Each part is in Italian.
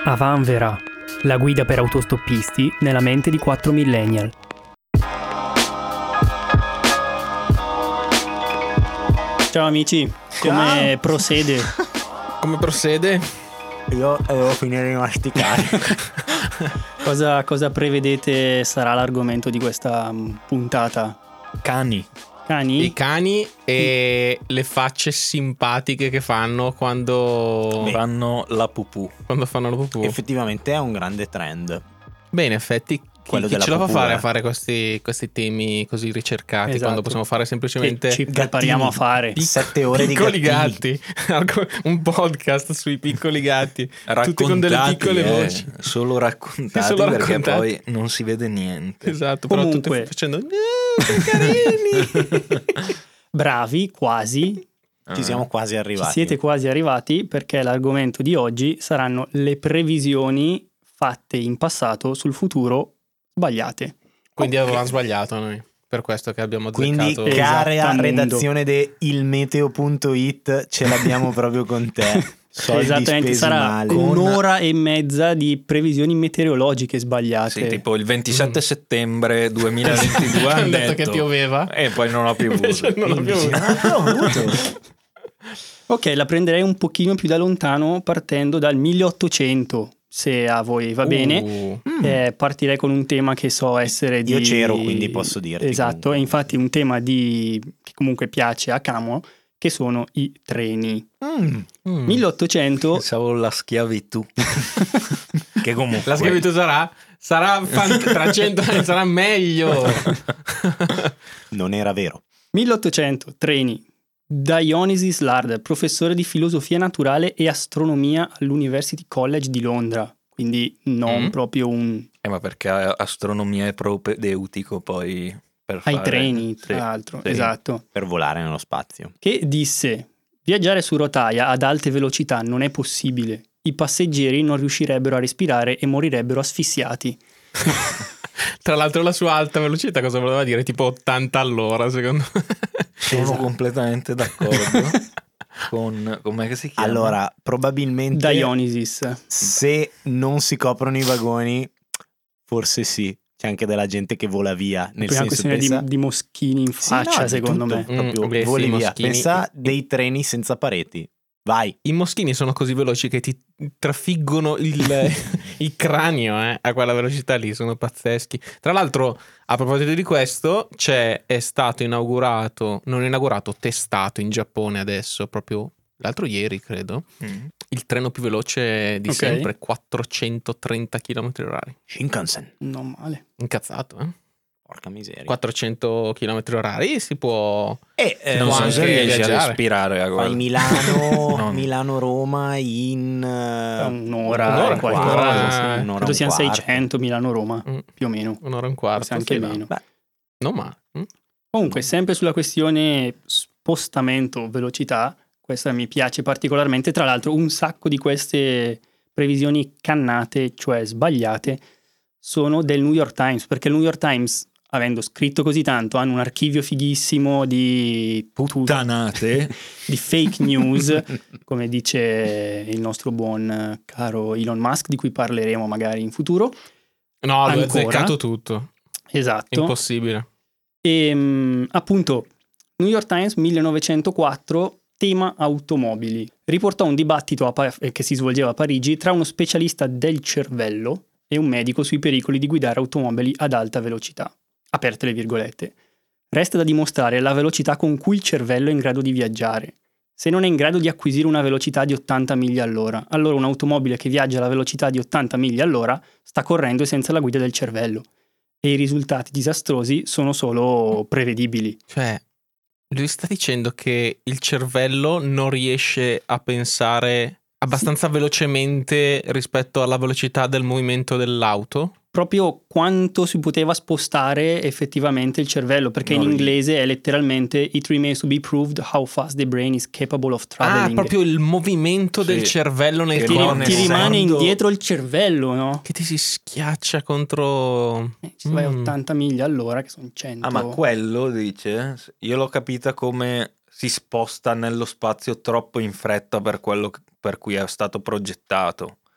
Avanvera, la guida per autostoppisti nella mente di 4 millennial. Ciao amici, come procede? Come procede? Io devo finire di masticare. Cosa prevedete sarà l'argomento di questa puntata? Cani. Cani? I cani e le facce simpatiche che fanno quando Fanno la pupù. fanno la pupù. Effettivamente è un grande trend. Beh, in effetti Quello chi della ce la fa pupù, fare a fare questi temi così ricercati, Esatto. quando possiamo fare semplicemente Che ci prepariamo a fare. 7 ore di piccoli gattini. gatti. Un podcast sui piccoli gatti, tutti con delle piccole voci. Solo raccontati, Solo perché raccontati. poi non si vede niente. Esatto, Comunque- però tutti facendo che carini. Bravi, quasi. Ci siamo quasi Ci arrivati. siete quasi arrivati perché l'argomento di oggi saranno le previsioni fatte in passato sul futuro sbagliate. Quindi avevamo sbagliato noi, per questo che abbiamo Quindi, azzeccato. cara Esatto, redazione di ilmeteo.it, ce l'abbiamo proprio con te. Soldi Esattamente, spesi sarà male. un'ora e mezza di previsioni meteorologiche sbagliate. Sì, tipo il 27 settembre 2022 Hanno hanno detto che pioveva. e poi non ha piovuto. Invece non l'abbiamo Invece non ha piovuto. Ok, la prenderei un pochino più da lontano partendo dal 1800, se a voi va bene. Partirei con un tema che so essere di... Io c'ero, quindi posso dirti Esatto, comunque. e infatti un tema che comunque piace a Camo, che sono i treni. 1800... Pensavo la schiavitù. Che comunque La schiavitù sarà tra 100 anni sarà meglio. Non era vero. 1800, treni. Dionysis Larder, professore di filosofia naturale e astronomia all'University College di Londra. Quindi non proprio un... ma perché astronomia è propedeutico poi per ai fare... treni, tra Sì, l'altro. sì. Esatto. Per volare nello spazio. Che disse: viaggiare su rotaia ad alte velocità non è possibile. I passeggeri non riuscirebbero a respirare e morirebbero asfissiati. Tra l'altro la sua alta velocità cosa voleva dire? Tipo 80 all'ora, secondo me. Sono completamente d'accordo con... com'è che si chiama? Allora, probabilmente Dionysis. se non si coprono i vagoni, forse sì. C'è anche della gente che vola via. Nel È una senso, questione pensa... di moschini in Sì, faccia, no, di secondo tutto. me. Proprio Beh, voli sì, via. moschini. Pensa dei treni senza pareti. Vai. I moschini sono così veloci che ti trafiggono il cranio a quella velocità lì, sono pazzeschi. Tra l'altro, a proposito di questo, è stato testato in Giappone adesso, proprio l'altro ieri, credo, il treno più veloce di Ok. sempre, 430 km/h. Shinkansen. Non male. Incazzato, eh? Porca miseria. 400 km/h si può... E non può so se anche riesci a viaggiare. respirare a fai guarda. Milano, No. Milano-Roma in Un'ora e qualcosa. qualcosa, Sì. un'ora Credo e siano un quarto. 600 Milano-Roma, Mm. più o meno. Un'ora e un quarto. Forse anche sì, là. meno. Beh, Non male. Comunque, sempre sulla questione spostamento velocità, questa mi piace particolarmente. Tra l'altro, un sacco di queste previsioni cannate, cioè sbagliate, sono del New York Times, perché il New York Times, avendo scritto così tanto, hanno un archivio fighissimo di Puttanate. di fake news, come dice il nostro buon caro Elon Musk, di cui parleremo magari in futuro. No, lui ha Ancora? azzeccato tutto. Esatto. Impossibile. E appunto, New York Times 1904, tema automobili. Riportò un dibattito che si svolgeva a Parigi tra uno specialista del cervello e un medico sui pericoli di guidare automobili ad alta velocità. Aperte le virgolette. Resta da dimostrare la velocità con cui il cervello è in grado di viaggiare. Se non è in grado di acquisire una velocità di 80 miglia all'ora, allora un'automobile che viaggia alla velocità di 80 miglia all'ora sta correndo senza la guida del cervello. E i risultati disastrosi sono solo prevedibili. Cioè, lui sta dicendo che il cervello non riesce a pensare abbastanza velocemente rispetto alla velocità del movimento dell'auto. Proprio quanto si poteva spostare effettivamente il cervello, perché in No, inglese è letteralmente "It remains to be proved how fast the brain is capable of traveling". Proprio il movimento del Sì. cervello nel Che ti, non ti corpo. rimane essendo- indietro il cervello, no? Che ti si schiaccia contro... Ci vai a 80 miglia all'ora, che sono 100. Ah, ma quello dice, io l'ho capita come si sposta nello spazio troppo in fretta per quello per cui è stato progettato.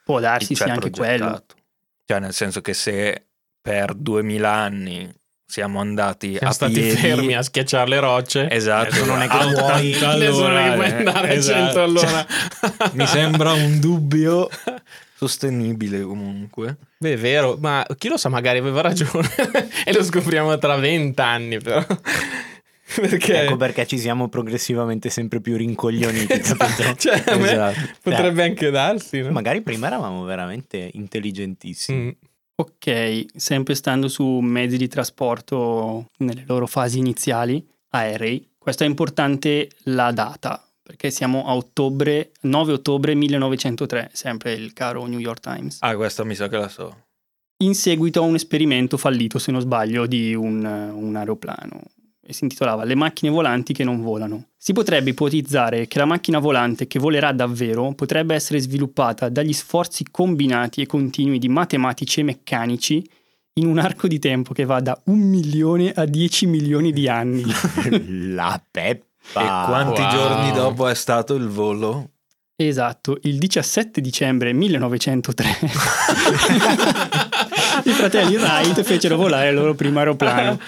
Può darsi, sì, c'è anche quello. progettato. Cioè, nel senso che se per 2000 anni siamo andati Siamo a stati piedi, fermi a schiacciare le rocce. esatto, non è che lo vuoi. Nessuno che puoi andare a 100 all'ora. mi sembra un dubbio sostenibile comunque. Beh, è vero, ma chi lo sa, magari aveva ragione e lo scopriamo tra 20 anni, però. Perché? Ecco perché ci siamo progressivamente sempre più rincoglioniti. Esatto. Cioè, a me Esatto. potrebbe anche darsi, no? Magari prima eravamo veramente intelligentissimi. Mm. Ok, sempre stando su mezzi di trasporto nelle loro fasi iniziali, aerei, questo è importante la data, perché siamo a 9 ottobre 1903, sempre il caro New York Times, Ah, questa mi sa che la so. in seguito a un esperimento fallito, se non sbaglio, di un aeroplano. E si intitolava Le macchine volanti che non volano. Si potrebbe ipotizzare che la macchina volante che volerà davvero potrebbe essere sviluppata dagli sforzi combinati e continui di matematici e meccanici in un arco di tempo che va da 1 milione a 10 milioni di anni. La peppa. E quanti wow. giorni dopo è stato il volo? Esatto, il 17 dicembre 1903 i fratelli Wright fecero volare il loro primo aeroplano.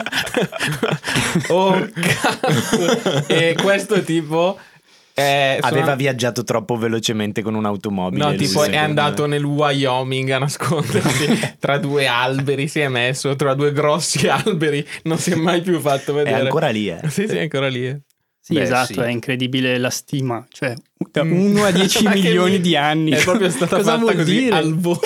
Oh cazzo. E questo tipo Aveva viaggiato troppo velocemente con un'automobile. no, lui, tipo è secondo andato me. nel Wyoming a nascondersi tra due alberi, si è messo tra due grossi alberi, non si è mai più fatto È vedere. ancora lì, Sì, sì, è ancora lì. Sì, Beh, esatto, sì. è incredibile la stima, cioè da 1 a 10 Ma che milioni di anni. È proprio stata Cosa fatta vuol così dire? al volo.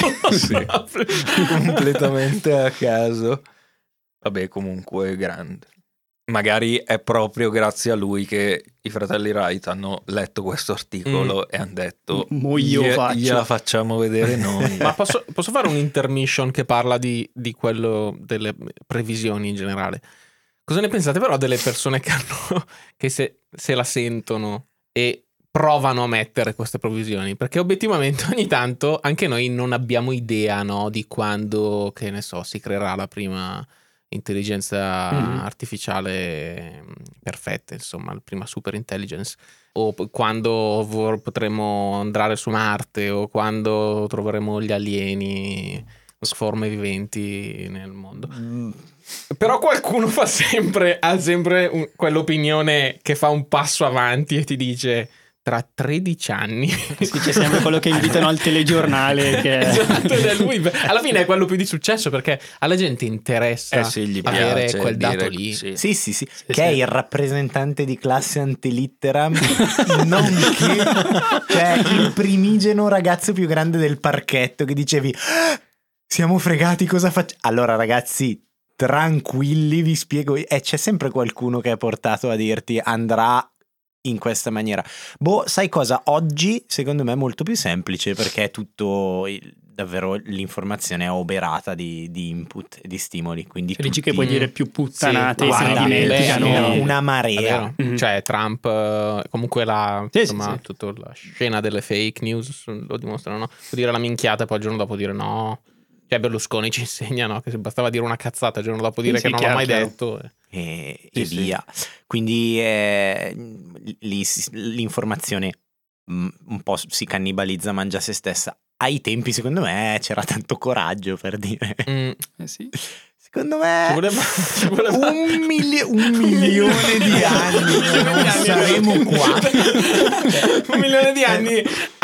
Completamente a caso. Vabbè, comunque è grande. Magari è proprio grazie a lui che i fratelli Wright hanno letto questo articolo e hanno detto Mo io faccio." gliela facciamo vedere noi. Ma posso fare un intermission che parla di quello delle previsioni in generale? Cosa ne pensate però delle persone che se la sentono e provano a mettere queste previsioni? Perché obiettivamente ogni tanto anche noi non abbiamo idea, no, di quando, che ne so, si creerà la prima intelligenza artificiale perfetta, insomma, la prima super intelligence, o quando potremo andare su Marte, o quando troveremo gli alieni, forme viventi nel mondo. Però qualcuno ha sempre quell'opinione che fa un passo avanti e ti dice tra 13 anni. Sì, c'è sempre quello che invitano al telegiornale che Esatto, ed è lui. Alla fine è quello più di successo perché alla gente interessa Sì, gli avere piace quel dato dire- lì. sì. Sì, che è il rappresentante di classe antelitteram, nonché cioè il primigeno ragazzo più grande del parchetto che dicevi "Ah, siamo fregati, cosa facciamo?" Allora ragazzi, tranquilli, vi spiego. C'è sempre qualcuno che è portato a dirti andrà in questa maniera. Sai cosa? Oggi secondo me è molto più semplice perché è tutto davvero l'informazione è oberata di input e di stimoli, quindi dici tutti- che puoi dire più puttanate Sì, e si guarda, dimenticano. beh, una È marea. vero. Mhm. Cioè Trump comunque Sì, insomma, sì. tutta la scena delle fake news lo dimostrano, no? Può dire la minchiata e poi il giorno dopo dire no. Cioè Berlusconi ci insegna, no? Che se bastava dire una cazzata il giorno dopo dire Sì, che sì, non chiaro, l'ha mai chiaro. detto. E Sì, sì. via. Quindi l'informazione un po' si cannibalizza, mangia se stessa. Ai tempi, secondo me, c'era tanto coraggio per dire. Mm. Sì. Secondo me, Ci voleva un milione di anni non saremo qua. 1 milione di anni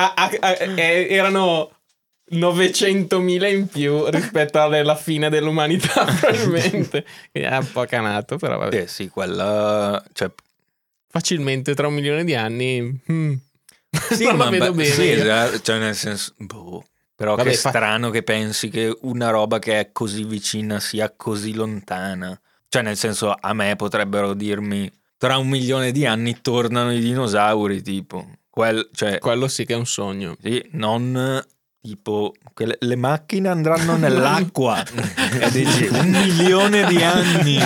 erano 900.000 in più rispetto alla fine dell'umanità probabilmente. Quindi è un po' canato, però vabbè. Sì, quella... Cioè, Facilmente tra 1 milione di anni sì, non la ma vedo bene. sì, io. esatto, cioè nel senso... Però Vabbè, che strano che pensi che una roba che è così vicina sia così lontana. Cioè nel senso, a me potrebbero dirmi tra 1 milione di anni tornano i dinosauri, tipo. Cioè, Quello sì che è un sogno. sì, non tipo le macchine andranno nell'acqua e dici 1 milione di anni.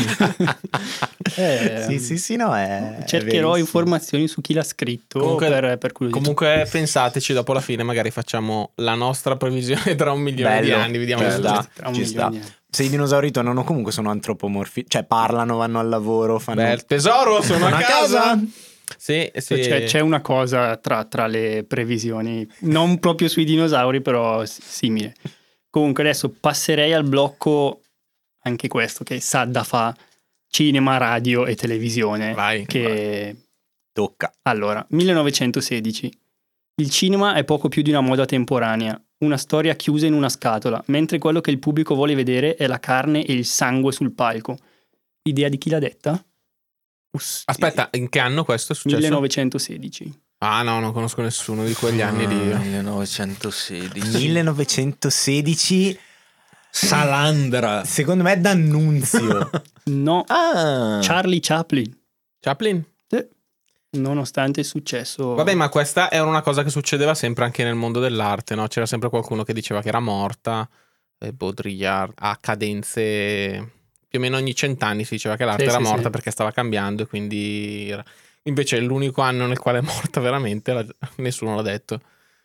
Sì, no, è Cercherò verissimo. informazioni su chi l'ha scritto Comunque- per curiosità. Comunque pensateci, dopo la fine magari facciamo la nostra previsione tra 1 milione di Bello, anni, vediamo ci se sta. Tra un ci milione sta. di anni. Se i dinosauri tornano comunque sono antropomorfi, cioè parlano, vanno al lavoro, fanno Beh, tesoro, sono a casa. Sì. C'è una cosa tra le previsioni, non proprio sui dinosauri, però simile. Comunque adesso passerei al blocco, anche questo, che Sadda fa cinema, radio e televisione. Vai. Tocca. Allora, 1916. Il cinema è poco più di una moda temporanea, una storia chiusa in una scatola, mentre quello che il pubblico vuole vedere è la carne e il sangue sul palco. Idea di chi l'ha detta? Aspetta, in che anno questo è successo? 1916. Ah no, non conosco nessuno di quegli anni lì. 1916. Salandra. Secondo me D'Annunzio. No, Ah. Charlie Chaplin. Chaplin? Nonostante il successo. Vabbè, ma questa era una cosa che succedeva sempre anche nel mondo dell'arte, no? C'era sempre qualcuno che diceva che era morta, Baudrillard, a cadenze più o meno ogni 100 anni si diceva che l'arte era morta perché stava cambiando e quindi invece l'unico anno nel quale è morta veramente nessuno l'ha detto.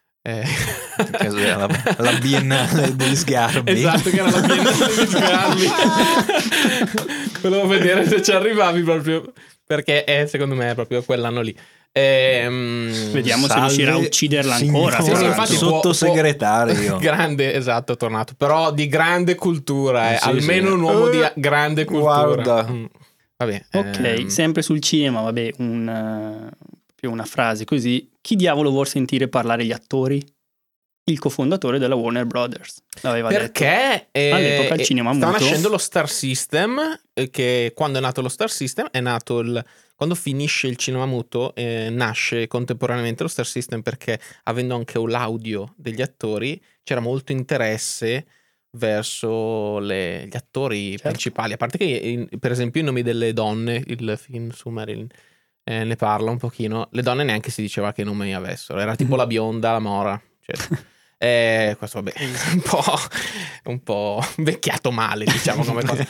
La Biennale degli Sgarbi. Esatto, che era la Biennale degli Sgarbi. Volevo vedere se ci arrivavi proprio, perché secondo me è proprio quell'anno lì. Vediamo se riuscirà a ucciderla ancora. Signora, infatti sottosegretario. Grande, esatto, è tornato. Però di grande cultura, Sì, almeno sì. un uomo di grande cultura. Guarda. Vabbè, Ok, sempre sul cinema, vabbè, più una frase così. Chi diavolo vuol sentire parlare gli attori? Il cofondatore della Warner Brothers l'aveva detto. Perché all'epoca il cinema stava muto. nascendo lo Star System, che quando è nato lo Star System è nato quando finisce il cinema muto nasce contemporaneamente lo Star System, perché avendo anche l'audio degli attori c'era molto interesse verso gli attori principali, a parte che per esempio I nomi delle donne, il film su Marilyn ne parla un pochino, le donne neanche si diceva che nomi avessero, era tipo la bionda, la mora, cioè. Questo vabbè un po' vecchiato male, diciamo, come cosa.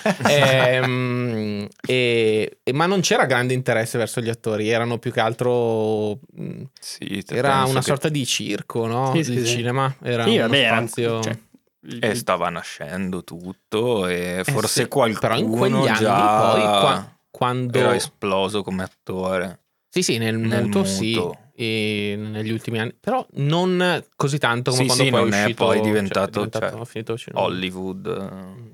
Ma non c'era grande interesse verso gli attori, erano più che altro era una sorta di circo, no? Il cinema era uno spazio e stava nascendo tutto e forse qualcuno però in quegli anni poi quando era esploso come attore. Sì, nel muto sì, e negli ultimi anni, però non così tanto come quando poi non è uscito, è poi diventato finito Hollywood.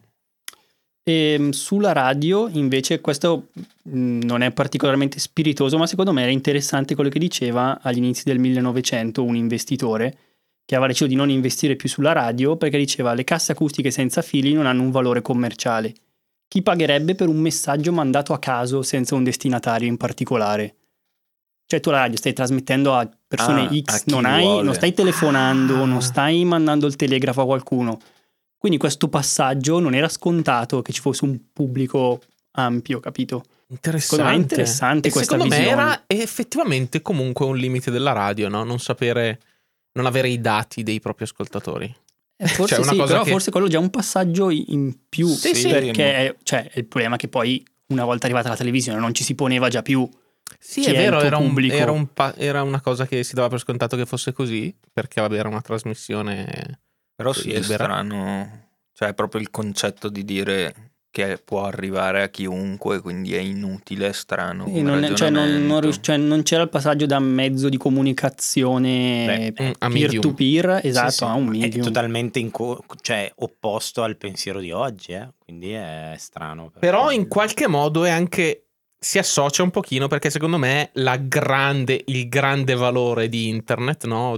E sulla radio invece questo non è particolarmente spiritoso, ma secondo me era interessante quello che diceva agli inizi del 1900 un investitore che aveva deciso di non investire più sulla radio perché diceva: le casse acustiche senza fili non hanno un valore commerciale. Chi pagherebbe per un messaggio mandato a caso senza un destinatario in particolare? Cioè tu la radio stai trasmettendo a persone X, non stai telefonando, non stai mandando il telegrafo a qualcuno. Quindi questo passaggio non era scontato che ci fosse un pubblico ampio, capito? Interessante. Secondo me è interessante questa visione. Secondo me era effettivamente comunque un limite della radio, no? Non avere i dati dei propri ascoltatori. Forse cioè, sì, però che... forse quello è già un passaggio in più. Sì, perché è il problema che poi una volta arrivata la televisione non ci si poneva già più. Sì, è vero, era una cosa che si dava per scontato che fosse così, perché vabbè, era una trasmissione. Però sì, libera. È strano, cioè proprio il concetto di dire che può arrivare a chiunque, quindi è inutile, è strano. Non c'era il passaggio da mezzo di comunicazione peer to peer, esatto, a un medium. È totalmente opposto al pensiero di oggi, quindi è strano. Però in qualche modo è anche... si associa un pochino, perché secondo me il grande valore di internet, no?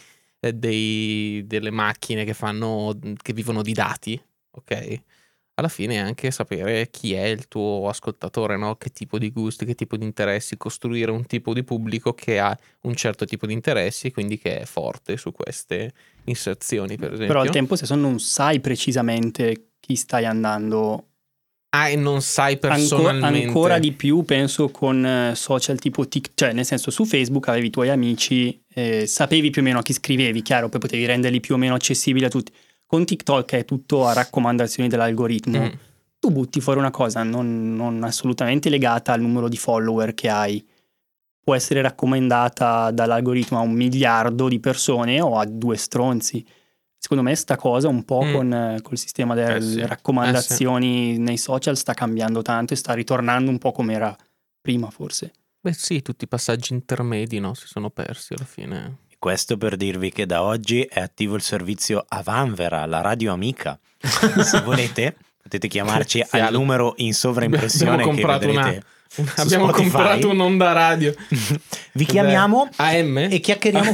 Delle macchine che vivono di dati, ok? Alla fine è anche sapere chi è il tuo ascoltatore, no? Che tipo di gusti, che tipo di interessi, costruire un tipo di pubblico che ha un certo tipo di interessi e quindi che è forte su queste inserzioni, per esempio. Però al tempo stesso non sai precisamente chi stai andando... e non sai personalmente. Ancora di più penso con social tipo TikTok, cioè nel senso su Facebook avevi i tuoi amici, sapevi più o meno a chi scrivevi, chiaro, poi potevi renderli più o meno accessibili a tutti. Con TikTok è tutto a raccomandazioni dell'algoritmo. Tu butti fuori una cosa non assolutamente legata al numero di follower che hai. Può essere raccomandata dall'algoritmo a 1 miliardo di persone o a 2 stronzi. Secondo me sta cosa un po' col sistema delle raccomandazioni nei social sta cambiando tanto e sta ritornando un po' come era prima forse. Beh sì, tutti i passaggi intermedi, no? Si sono persi alla fine. Questo per dirvi che da oggi è attivo il servizio Avanvera, la radio amica. Se volete potete chiamarci Sì, al numero in sovraimpressione abbiamo che comprato vedrete su abbiamo Spotify. comprato un'onda radio. Vi chiamiamo AM? e chiacchieriamo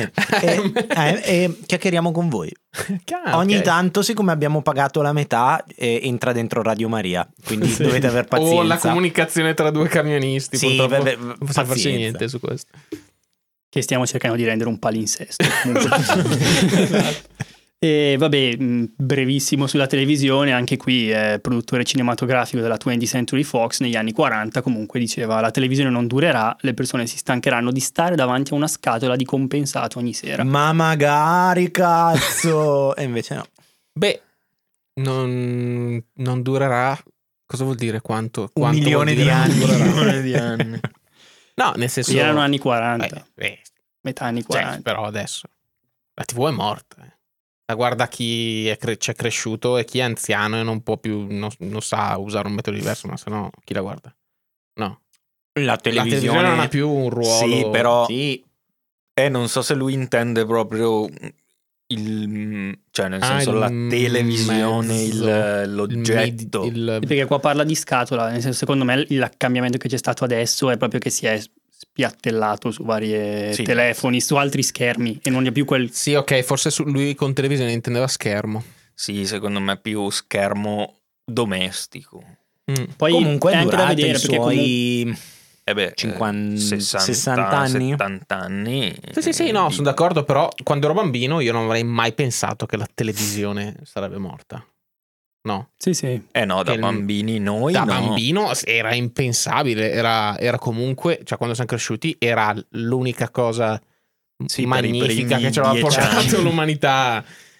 e chiacchieriamo con voi. Ogni tanto, siccome abbiamo pagato la metà, entra dentro Radio Maria, quindi Sì. dovete aver pazienza. O la comunicazione tra due camionisti. Sì, purtroppo vabbè, non possiamo farci pazienza. niente su questo. Che stiamo cercando di rendere un palinsesto. E vabbè, brevissimo sulla televisione, anche qui produttore cinematografico della 20th Century Fox negli anni 40, comunque diceva la televisione non durerà, le persone si stancheranno di stare davanti a una scatola di compensato ogni sera. Ma magari, cazzo! E invece no. Beh, non durerà. Cosa vuol dire? Quanto 1 milione di anni. No, nel senso. Sì, erano anni 40, metà anni cioè, 40. però adesso la TV è morta. La guarda chi c'è cresciuto e chi è anziano e non può più, non sa usare un metodo diverso, ma se no chi la guarda? No. La televisione non ha più un ruolo. Sì, però Sì. non so se lui intende proprio cioè nel senso la televisione, mezzo, l'oggetto. Perché qua parla di scatola, nel senso, secondo me il cambiamento che c'è stato adesso è proprio che si è spiattellato su vari Sì. telefoni, su altri schermi e non è più quel... Sì, ok, forse lui con televisione intendeva schermo. Sì, secondo me più schermo domestico. Poi Comunque è è anche da durato vedere i perché suoi 60 anni. 70 anni. Sì, no, sono d'accordo, però quando ero bambino io non avrei mai pensato che la televisione sarebbe morta. No. Sì. No, da Che bambini noi Da no. bambino era impensabile, era comunque, cioè quando siamo cresciuti era l'unica cosa Sì, per i magnifica primi che ci aveva 10 portato anni. l'umanità,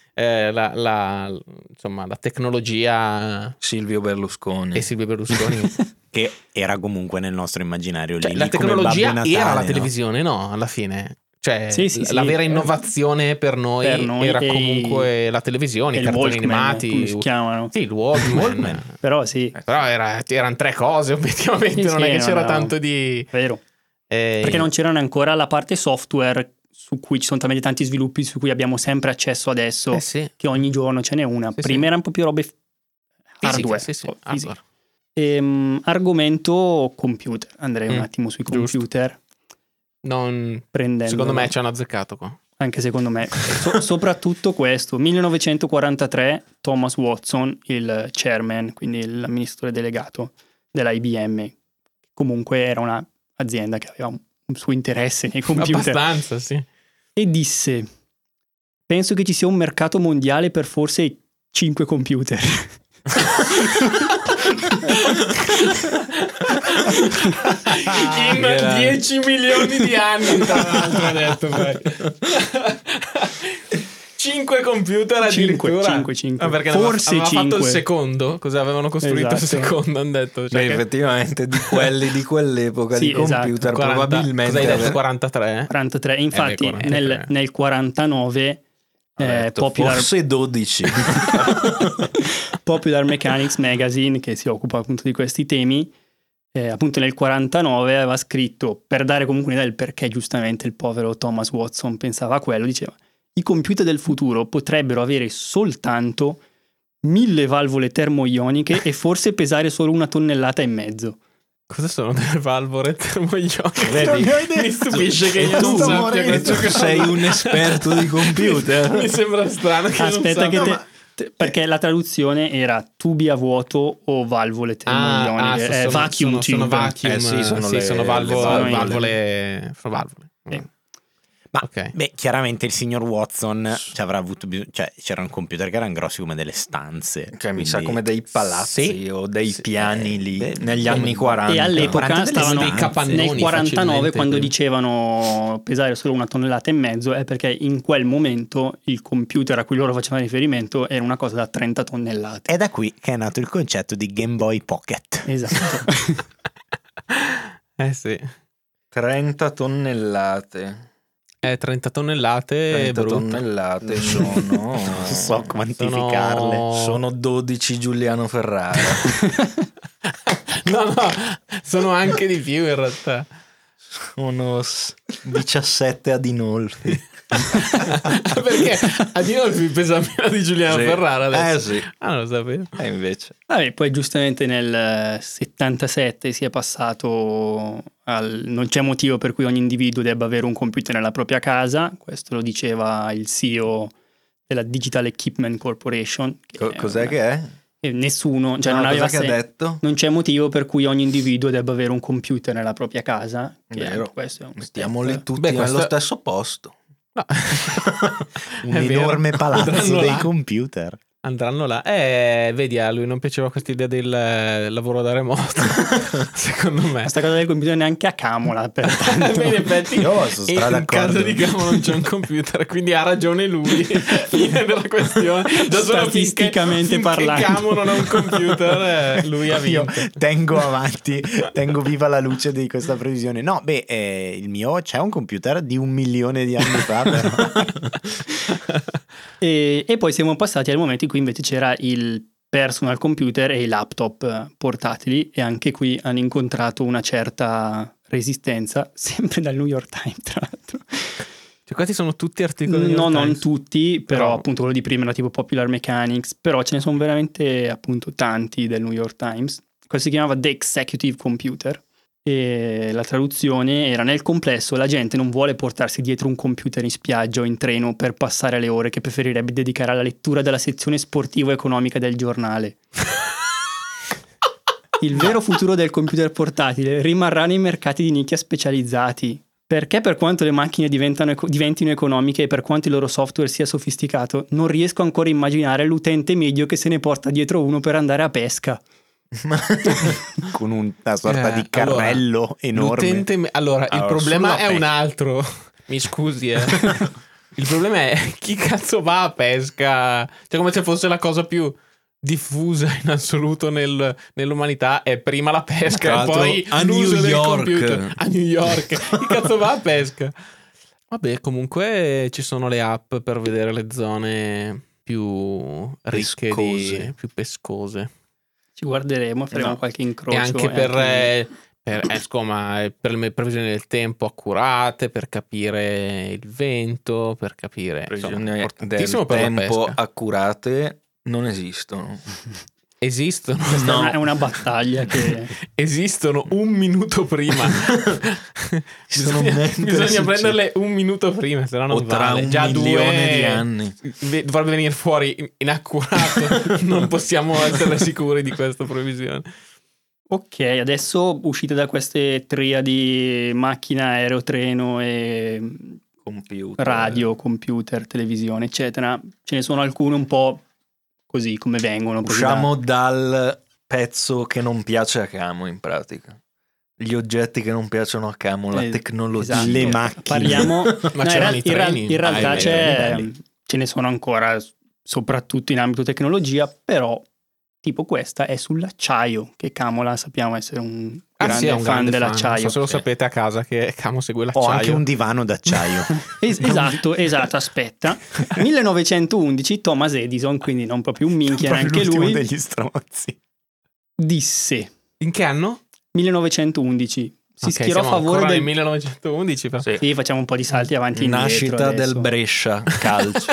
insomma la tecnologia Silvio Berlusconi. e Silvio Berlusconi. Che era comunque nel nostro immaginario Cioè, lì, la lì come tecnologia Babbo Natale, era la no? televisione, no? Alla fine. Cioè, Sì. la vera innovazione per noi era e comunque la televisione, e i il cartoni Walkman, animati. come si chiamano. Sì, il Walkman. Però sì, Però erano 3 cose, obiettivamente, Sì, non è che non c'era era- tanto di... vero. Perché non c'erano ancora la parte software su cui ci sono talmente tanti sviluppi su cui abbiamo sempre accesso adesso, sì. che ogni giorno ce n'è una. Sì, Prima sì. era un po' più robe hardware. Sì, fisiche. hardware. Argomento computer. Andrei un attimo sui giusto. computer. Non... Prendendo, Secondo me ci hanno azzeccato qua. anche secondo me, soprattutto questo 1943 Thomas Watson, il chairman, quindi l'amministratore delegato della IBM, comunque era un'azienda che aveva un suo interesse nei computer, Abbastanza, sì. e disse: penso che ci sia un mercato mondiale per forse 5 computer. In 10 milioni di anni, tra l'altro, ha detto poi. 5 computer addirittura. 5. Ah, perché Forse aveva fatto 5. il secondo. Cosa avevano costruito il Esatto. secondo? Hanno detto. Cioè Beh, che- effettivamente di quelli di quell'epoca Sì, di computer 40, probabilmente cosa hai detto? 43? 43. Infatti 43. nel 49 forse 12. Popular Mechanics Magazine, che si occupa appunto di questi temi, appunto nel 49 aveva scritto, per dare comunque un'idea del perché giustamente il povero Thomas Watson pensava a quello, diceva: i computer del futuro potrebbero avere soltanto 1000 valvole termoioniche e forse pesare solo 1,5 tonnellate. Cosa sono delle valvole termoioniche? Vedi? Mi stupisce che E io non tu, sappia questo tu che sei un esperto di computer. Mi sembra strano che Aspetta, non che sappia. perché la traduzione era tubi a vuoto o valvole termoioniche, vacuum sono tube. vacuum, Sì, sono le- sono le valvole. valvole. Sono valvole. Ma Ok. beh, chiaramente il signor Watson ci avrà avuto cioè c'erano computer che erano grossi come delle stanze. Che mi sa quindi- come dei palazzi Sì. o dei Sì. piani lì Beh, negli come- anni 40. E all'epoca 40 delle stavano dei capannoni nel 49 facilmente, quando quindi. dicevano pesare solo 1,5 tonnellate, è perché in quel momento il computer a cui loro facevano riferimento era una cosa da 30 tonnellate. È da qui che è nato il concetto di Game Boy Pocket. Esatto. Sì. 30 tonnellate. 30 tonnellate. 30 brutto. tonnellate sono Non so quantificarle. sono 12 Giuliano Ferrara. No, sono anche di più in realtà. Sono 17 Adinolfi. Perché Adinolfi pesa meno di Giuliano Sì. Ferrara adesso. Sì. Ah, non lo sapevo. Invece. Vabbè, poi giustamente nel 77 si è passato al... non c'è motivo per cui ogni individuo debba avere un computer nella propria casa, questo lo diceva il CEO della Digital Equipment Corporation. Cos'è che è? E nessuno, cioè No, non aveva cosa che ha senso. detto? Non c'è motivo per cui ogni individuo debba avere un computer nella propria casa. Che Vero. anche questo è un Mettiamoli step. tutti Beh, nello questo- stesso posto. No. Un È vero. enorme palazzo Andranno dei là. computer. Andranno là. Vedi, a lui non piaceva questa idea del lavoro da remoto. Secondo me. Questa cosa del computer neanche a Camola, pertanto. Beh, in effetti, Io sono in d'accordo. casa di Camo non c'è un computer, quindi ha ragione lui. Fine della questione. Già solo Statisticamente finché parlando. Camo non ha un computer, lui ha Io vinto. tengo avanti, tengo viva la luce di questa previsione. No, il mio c'è un computer di 1 milione di anni fa, però. E poi siamo passati al momento in cui invece c'era il personal computer e i laptop portatili, e anche qui hanno incontrato una certa resistenza, sempre dal New York Times tra l'altro. Cioè, questi sono tutti articoli del New No, York non Times. tutti, però Però- appunto quello di prima era tipo Popular Mechanics, però ce ne sono veramente appunto tanti del New York Times. Questo si chiamava The Executive Computer e la traduzione era: nel complesso la gente non vuole portarsi dietro un computer in spiaggia o in treno per passare le ore che preferirebbe dedicare alla lettura della sezione sportivo-economica del giornale. Il vero futuro del computer portatile rimarrà nei mercati di nicchia specializzati. Perché per quanto le macchine diventino economiche e per quanto il loro software sia sofisticato, non riesco ancora a immaginare l'utente medio che se ne porta dietro uno per andare a pesca. Con una sorta di allora, carrello enorme. l'utente allora, il Allora, problema sulla è un pesca. altro. Mi scusi, Il problema è chi cazzo va a pesca? Cioè, come se fosse la cosa più diffusa in assoluto nell'umanità è prima la pesca Tra e l'altro poi a l'uso New del York. computer. A New York. Chi cazzo va a pesca? Vabbè, comunque ci sono le app per vedere le zone più ricche, Pescose. più pescose. Ci guarderemo, faremo No. qualche incrocio. E anche per le previsioni del tempo accurate, per capire il vento, per capire Previsioni insomma, del importantissimo per la tempo pesca. accurate non esistono. Esistono, Questa è una battaglia che... esistono un minuto prima. Sono bisogna mentre prenderle un minuto prima, se no non O tra vale. un Già milione 2 di anni. dovrebbe venire fuori inaccurato. Non possiamo essere sicuri di questa previsione. Ok, adesso uscite da queste triadi macchina, aereo, treno e Computer. radio, computer, televisione, eccetera. Ce ne sono alcune un po' così come vengono. così Usciamo dal pezzo che non piace a Camo, in pratica. Gli oggetti che non piacciono a Camo, la tecnologia. esatto. Le macchine. Parliamo... Ma No, c'erano i treni. in realtà Ah, è vero, ce ne sono ancora, soprattutto in ambito tecnologia, però tipo questa è sull'acciaio, che Camola sappiamo essere un grande Sì, è un fan grande dell'acciaio. Non so se lo sapete a casa che Camo segue Ho l'acciaio. anche un divano d'acciaio. Esatto, aspetta. 1911 Thomas Edison, quindi non proprio un minchia Proprio neanche l'ultimo lui, degli stronzi. disse In che anno? 1911 si Ok, schierò a siamo favore ancora del... nel 1911 però. Sì. Sì, facciamo un po' di salti avanti e indietro Nascita adesso. del Brescia calcio.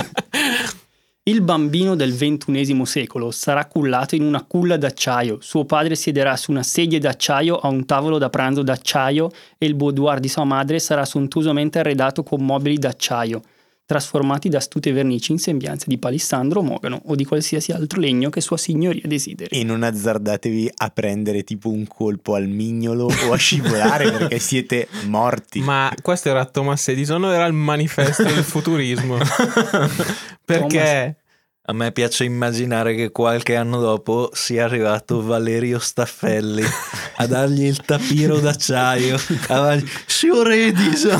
Il bambino del XXI secolo sarà cullato in una culla d'acciaio. Suo padre siederà su una sedia d'acciaio a un tavolo da pranzo d'acciaio e il boudoir di sua madre sarà sontuosamente arredato con mobili d'acciaio, trasformati da astute vernici in sembianze di palissandro, mogano o di qualsiasi altro legno che sua signoria desideri. E non azzardatevi a prendere tipo un colpo al mignolo o a scivolare perché siete morti. Ma questo era Thomas Edison o era il manifesto del futurismo? Perché A me piace immaginare che qualche anno dopo sia arrivato Valerio Staffelli a dargli il tapiro d'acciaio. Signor Edison.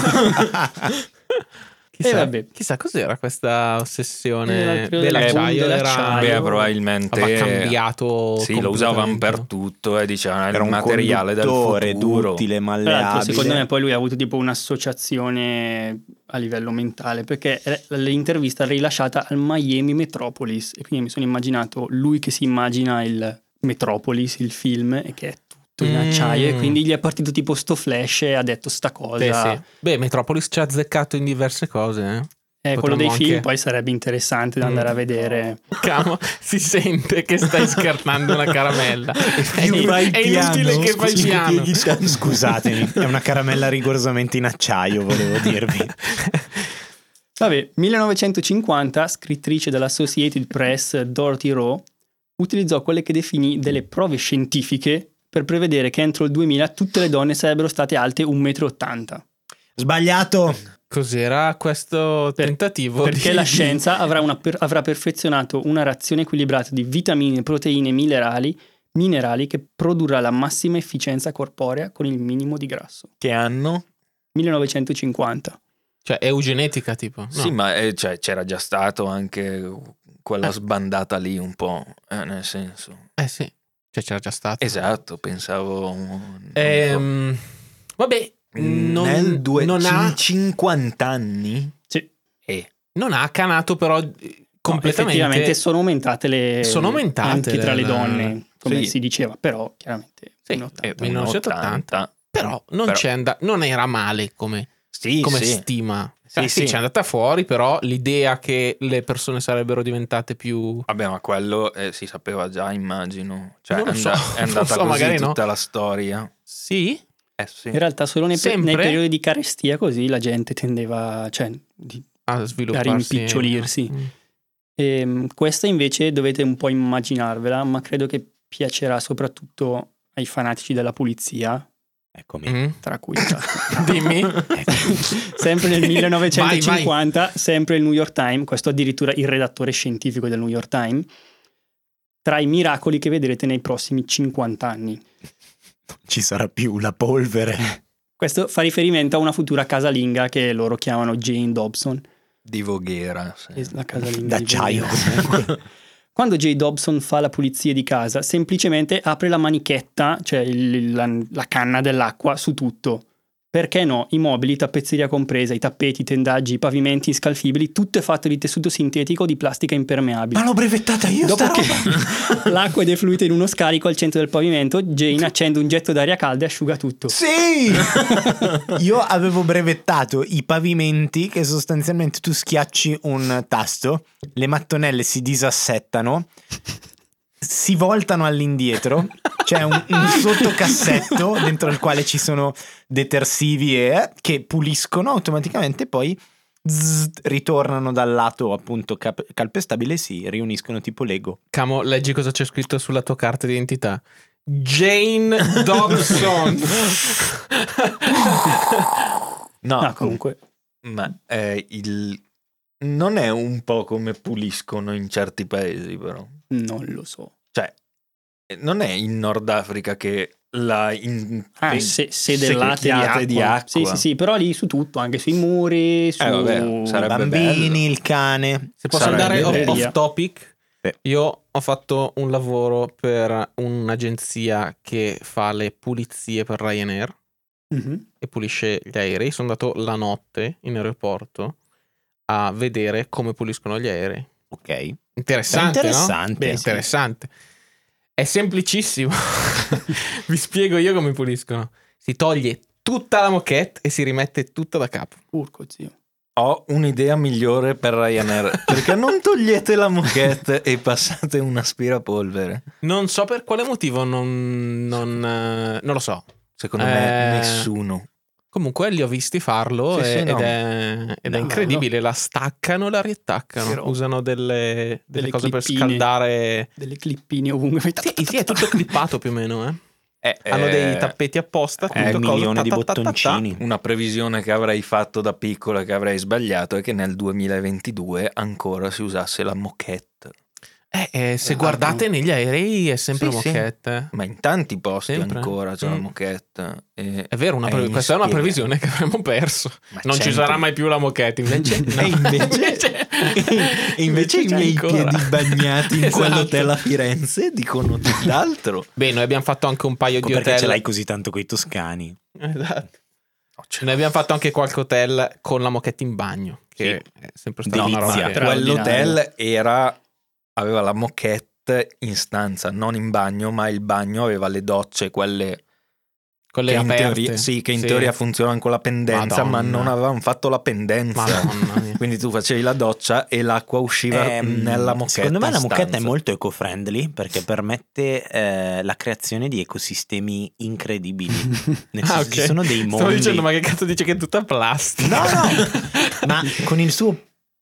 vabbè. chissà cos'era questa ossessione Era dell'acciaio. dell'acciaio. Beh, probabilmente aveva cambiato. Sì, lo usavano per completamente. tutto, dicevano è Era il un materiale del conduttore futuro. duttile, Tra l'altro, malleabile. secondo me poi lui ha avuto tipo un'associazione a livello mentale, perché l'intervista è rilasciata al Miami Metropolis e quindi mi sono immaginato lui che si immagina il Metropolis, il film, e che è tutto in acciaio, e quindi gli è partito tipo sto flash e ha detto sta cosa. Sì. Beh, Metropolis ci ha azzeccato in diverse cose, Quello dei Potremmo film anche- poi sarebbe interessante da andare a vedere. Camo, si sente che stai scartando una caramella. È inutile che fai piano. Scusatemi, è una caramella rigorosamente in acciaio, volevo dirvi. Vabbè, 1950, scrittrice dell'Associated Press Dorothy Rowe utilizzò quelle che definì delle prove scientifiche per prevedere che entro il 2000 tutte le donne sarebbero state alte 1,80 m. Sbagliato. Cos'era questo tentativo? Perché la scienza avrà perfezionato una razione equilibrata di vitamine, proteine e minerali che produrrà la massima efficienza corporea con il minimo di grasso. Che anno? 1950. Cioè, è eugenetica, tipo? No. Sì, ma cioè, c'era già stato anche quella sbandata lì un po', nel senso. Sì. Cioè, c'era già stato. Esatto, pensavo... Vabbè, nel non ha 50 anni? Sì. non ha canato però completamente. Effettivamente sono aumentate anche tra le le- donne, come sì. si diceva, però chiaramente Sì, in 80. 1980. Però non era male come Sì, sì. stima. Sì, sì. C'è andata fuori, però l'idea che le persone sarebbero diventate più... Vabbè, ma quello si sapeva già, immagino. Cioè, Non lo so, è non lo andata so, così magari no. tutta la storia. Sì? Sì. In realtà solo nei Sempre? periodi di carestia così la gente tendeva A svilupparsi. a rimpicciolirsi. Questa invece dovete un po' immaginarvela, ma credo che piacerà soprattutto ai fanatici della pulizia, Eccomi. Mm? tra cui Dimmi. sempre nel 1950, Vai. sempre il New York Times, questo addirittura il redattore scientifico del New York Times, tra i miracoli che vedrete nei prossimi 50 anni. Ci sarà più la polvere. Questo fa riferimento a una futura casalinga che loro chiamano Jane Dobson. Di Voghera. Sì. La casalinga D'acciaio di comunque. Quando Jane Dobson fa la pulizia di casa, semplicemente apre la manichetta, cioè la canna dell'acqua, su tutto. Perché no? I mobili, tappezzeria compresa, i tappeti, i tendaggi, i pavimenti inscalfibili, tutto è fatto di tessuto sintetico o di plastica impermeabile. Ma l'ho brevettata io Dopo sta che roba. l'acqua è defluita in uno scarico al centro del pavimento, Jane accende un getto d'aria calda e asciuga tutto. Sì! Io avevo brevettato i pavimenti che sostanzialmente tu schiacci un tasto, le mattonelle si disassettano, si voltano all'indietro, c'è un sottocassetto dentro il quale ci sono detersivi che puliscono automaticamente, poi ritornano dal lato appunto calpestabile e si riuniscono tipo Lego. Camo, leggi cosa c'è scritto sulla tua carta d'identità. Jane Dobson. No, Comunque. ma non è un po' come puliscono in certi paesi, però. Non lo so. Cioè, non è in Nord Africa che sedellate di acqua. Sì, però lì su tutto, anche sui muri, su vabbè, sarebbe bambini, bello. il cane. Se posso Sarebbe andare bello. off topic, Sì. io ho fatto un lavoro per un'agenzia che fa le pulizie per Ryanair Mhm. e pulisce gli aerei. Sono andato la notte in aeroporto a vedere come puliscono gli aerei. Ok. Interessante, Interessante. no? Beh, Sì. interessante. È semplicissimo. Vi spiego io come puliscono. Si toglie tutta la moquette e si rimette tutta da capo. Urco, zio. Ho un'idea migliore per Ryanair. Perché non togliete la moquette e passate un aspirapolvere? Non so per quale motivo, non lo so. Secondo me nessuno. Comunque li ho visti farlo Sì, ed no. è incredibile. La staccano e la riattaccano. Però- Usano delle cose per clippine. scaldare. Delle clippine ovunque. Sì, è tutto clippato più o meno, Hanno dei tappeti apposta. Un tutto milione di ta ta ta ta ta. bottoncini. Una previsione che avrei fatto da piccola, che avrei sbagliato, è che nel 2022 ancora si usasse la moquette. Se guardate negli aerei è sempre Sì, sì. moquette. Ma in tanti posti Sempre. ancora c'è la Mm. moquette. È vero, questa è una previsione che avremmo perso. Ma Non ci sempre. sarà mai più la moquette. Invece, no. E invece i miei c'è ancora. piedi bagnati in Esatto. quell'hotel a Firenze dicono tutt'altro. Beh, noi abbiamo fatto anche un paio di Perché hotel. ce l'hai così tanto coi toscani? Esatto. Noi abbiamo fatto anche qualche hotel con la moquette in bagno, che è sempre stata una roba. Delizia. che- Quell'hotel aveva la moquette in stanza, non in bagno, ma il bagno aveva le docce, quelle Con le che in aperte. teoria, che in teoria funzionano con la pendenza, Madonna. ma non avevano fatto la pendenza. Madonna mia. Quindi tu facevi la doccia e l'acqua usciva nella moquetta. Secondo me la in moquetta è stanza. molto eco-friendly perché permette la creazione di ecosistemi incredibili. Nel senso, Ok. ci sono dei mondi. Stavo dicendo, ma che cazzo dice che è tutta plastica? No, ma con il suo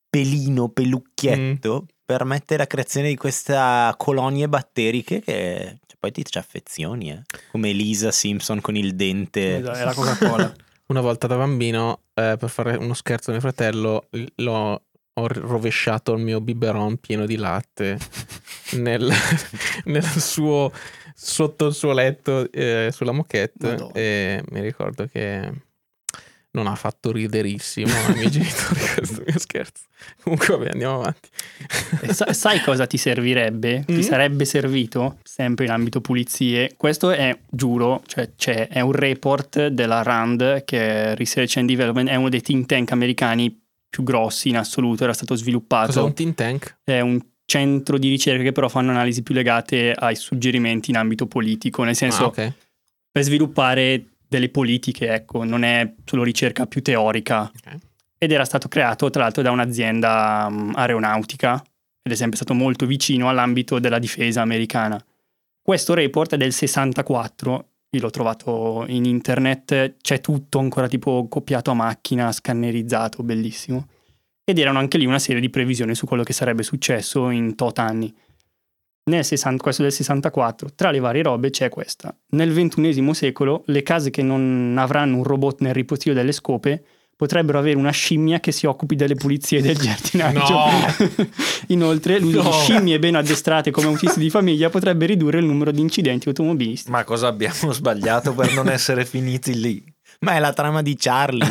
pelucchietto permette la creazione di questa colonie batteriche che poi ti ci affezioni, come Lisa Simpson con il dente. È la Coca-Cola. Una volta da bambino, per fare uno scherzo a mio fratello, ho rovesciato il mio biberon pieno di latte nel suo, sotto il suo letto, sulla moquette. Madonna. E mi ricordo che non ha fatto riderissimo ai miei genitori questo mio scherzo. Comunque vabbè, andiamo avanti. E sai cosa ti servirebbe? Ti sarebbe servito, sempre in ambito pulizie. Questo è, giuro, cioè è un report della RAND, che è Research and Development, è uno dei think tank americani più grossi in assoluto, era stato sviluppato. Cos'è un think tank? È un centro di ricerca che però fanno analisi più legate ai suggerimenti in ambito politico, nel senso Ok. per sviluppare delle politiche, ecco, non è solo ricerca più teorica. Ok. Ed era stato creato tra l'altro da un'azienda aeronautica ed è sempre stato molto vicino all'ambito della difesa americana. Questo report è del 64, io l'ho trovato in internet, c'è tutto ancora tipo copiato a macchina, scannerizzato, bellissimo. Ed erano anche lì una serie di previsioni su quello che sarebbe successo in tot anni. Questo del 64, tra le varie robe c'è questa. Nel XXI secolo le case che non avranno un robot nel ripostiglio delle scope potrebbero avere una scimmia che si occupi delle pulizie del giardinaggio. No! Inoltre l'uso No! di scimmie ben addestrate come autisti di famiglia potrebbe ridurre il numero di incidenti automobilistici. Ma cosa abbiamo sbagliato per non essere finiti lì? Ma è la trama di Charlie.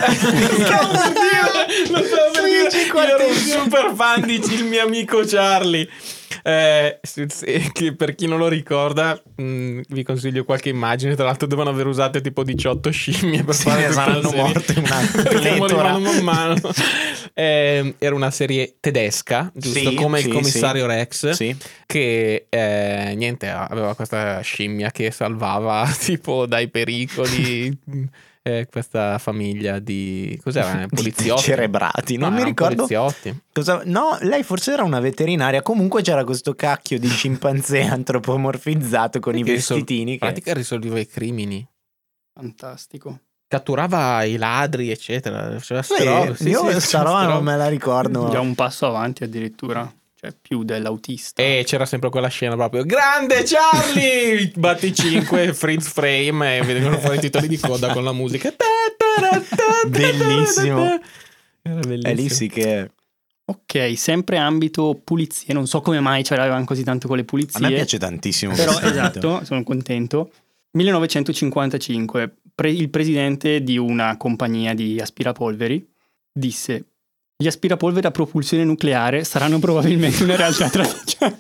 Lo so perché io ero un super fan di il mio amico Charlie. Che per chi non lo ricorda, vi consiglio qualche immagine. Tra l'altro devono aver usato tipo 18 scimmie per fare tutta saranno la serie. morte una Perché pletora. morivano man mano. Era una serie tedesca, giusto? Sì, come sì, il commissario sì. Rex, Sì. che niente, aveva questa scimmia che salvava tipo dai pericoli. Questa famiglia di cos'era? Poliziotti Cerebrati, non No, mi erano ricordo poliziotti. No, lei forse era una veterinaria. Comunque c'era questo cacchio di scimpanzé antropomorfizzato con i Che vestitini. in pratica risolveva i crimini, Fantastico. catturava i ladri eccetera. Cioè, Io sta roba non me la ricordo. Già un passo avanti addirittura, cioè più dell'autista. E c'era sempre quella scena proprio grande Charlie, batti 5 freeze frame e venivano fuori i titoli di coda con la musica. Bellissimo. Era bellissimo. È lì sì che Ok, sempre ambito pulizie, non so come mai ce l'avevano così tanto con le a pulizie. me piace tantissimo. Però questo ambito. esatto, sono contento. 1955, il presidente di una compagnia di aspirapolveri disse: gli aspirapolveri a propulsione nucleare saranno probabilmente una realtà tra 10 anni.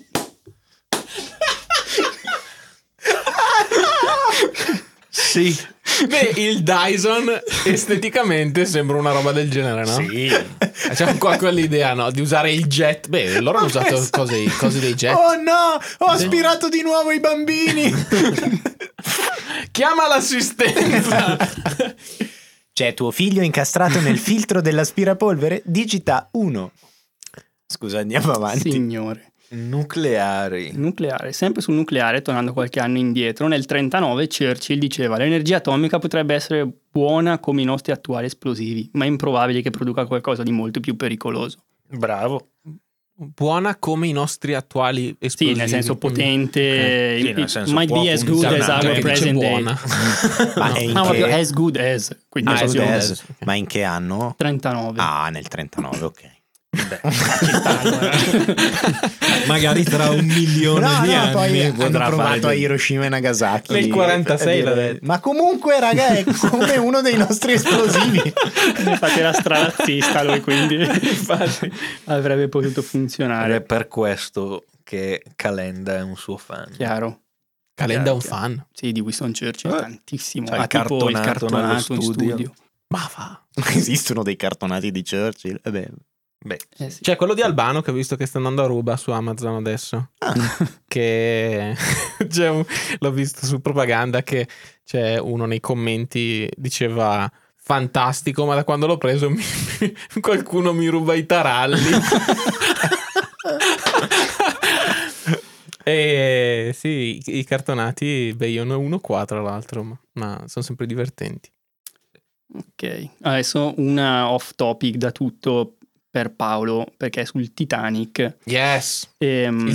Sì. Beh, il Dyson esteticamente sembra una roba del genere, no? Sì. C'è qua quell'idea, no? Di usare il jet. Beh, loro hanno usato cose dei jet. Oh no, ho aspirato di nuovo i bambini. Chiama l'assistenza. C'è tuo figlio incastrato nel filtro dell'aspirapolvere? Digita 1. Scusa, andiamo avanti. Signore. Nucleari. Nucleare, sempre sul nucleare, tornando qualche anno indietro, nel 1939 Churchill diceva: l'energia atomica potrebbe essere buona come i nostri attuali esplosivi, ma è improbabile che produca qualcosa di molto più pericoloso. Bravo. Buona come i nostri attuali esplosivi. Sì, nel senso potente, Sì, nel senso might può be as good as funzionare. our Che dice present day. buona. Ma è in No, proprio che... as good as, quindi Ah, proprio as good Adesso- as. Ma in che anno? 39. Ah, nel 39, ok. Magari tra 1 milione di anni poi hanno potrà provato fare a Hiroshima e Nagasaki. Nel 46 l'ha detto. Ma comunque, raga, è come uno dei nostri esplosivi. Infatti era strarazzista lui, quindi infatti avrebbe potuto Ed è funzionare. per questo che Calenda è un suo fan. Chiaro. Calenda è un Chiaro. fan. Sì, di Winston Churchill tantissimo. Cioè, Ha il tipo il cartonato cartonato nello in studio. studio. Ma va. Esistono dei cartonati di Churchill? Beh, Sì. C'è quello di Albano che ho visto che sta andando a ruba su Amazon adesso. Che l'ho visto su propaganda che c'è uno nei commenti diceva fantastico, ma da quando l'ho preso qualcuno mi ruba i taralli. E sì, i cartonati, beh, io ne ho uno qua tra l'altro, ma sono sempre divertenti. Ok, adesso una off topic da tutto per Paolo, perché è sul Titanic. Yes! Il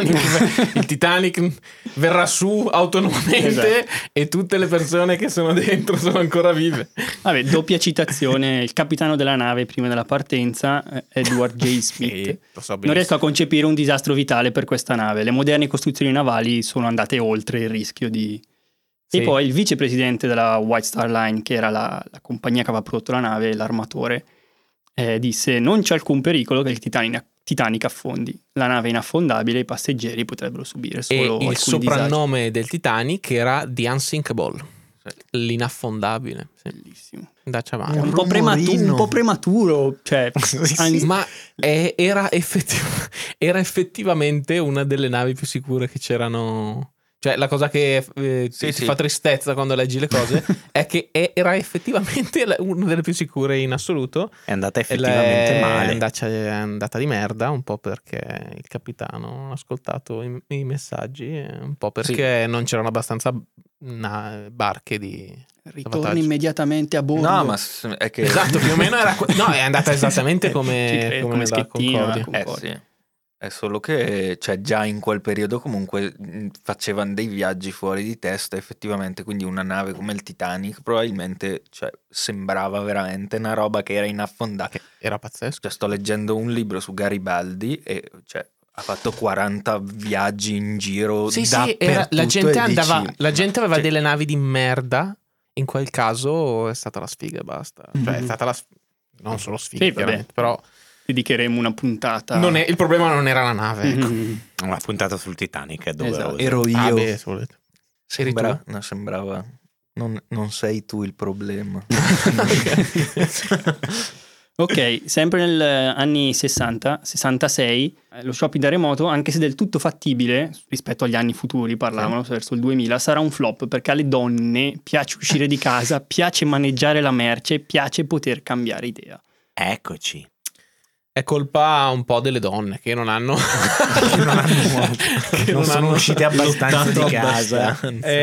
Il Titanic verrà su autonomamente, esatto. e tutte le persone che sono dentro sono ancora vive. Vabbè, doppia citazione, il capitano della nave prima della partenza, Edward J. Smith. Lo so Non benissimo. riesco a concepire un disastro vitale per questa nave. Le moderne costruzioni navali sono andate oltre il rischio di... Sì. E poi il vicepresidente della White Star Line, che era la compagnia che aveva prodotto la nave, l'armatore, disse: non c'è alcun pericolo che il Titanic affondi. La nave è inaffondabile, i passeggeri potrebbero subire solo E alcuni il soprannome del Titanic era The Unsinkable, l'inaffondabile. Sì. Bellissimo. Andacci avanti. Un po' prematuro, cioè, Ma era effettivamente una delle navi più sicure che c'erano. Cioè, la cosa che ti fa tristezza quando leggi le cose è che era effettivamente una delle più sicure in assoluto. È andata effettivamente male. È andata di merda, un po' perché il capitano non ha ascoltato i messaggi, un po' perché non c'erano abbastanza barche di ritorni salvataggio. immediatamente a bordo. no, ma è che Esatto, più o meno era no, è andata esattamente Ci come credo, come la Schettino, Concordia. sì. È solo che già in quel periodo comunque facevano dei viaggi fuori di testa effettivamente, quindi una nave come il Titanic probabilmente sembrava veramente una roba che era inaffondabile. Era pazzesco. Sto leggendo un libro su Garibaldi e ha fatto 40 viaggi in giro dappertutto la gente e dici, la gente aveva cioè, delle navi di merda. In quel caso è stata la sfiga e basta. Cioè, è stata non solo sfiga, Sì, chiaramente, vabbè. però Dedicheremo una puntata. il problema non era la nave, ecco. Una puntata sul Titanic è doverosa. ero io. Ah, beh, se volete. Sembrava non sei tu il problema. Ok, sempre negli anni 60, 66, lo shopping da remoto, anche se del tutto fattibile rispetto agli anni futuri, parlavano verso il 2000, sarà un flop perché alle donne piace uscire di casa, piace maneggiare la merce, piace poter cambiare idea. Eccoci. È colpa un po' delle donne che non hanno non sono uscite abbastanza di casa.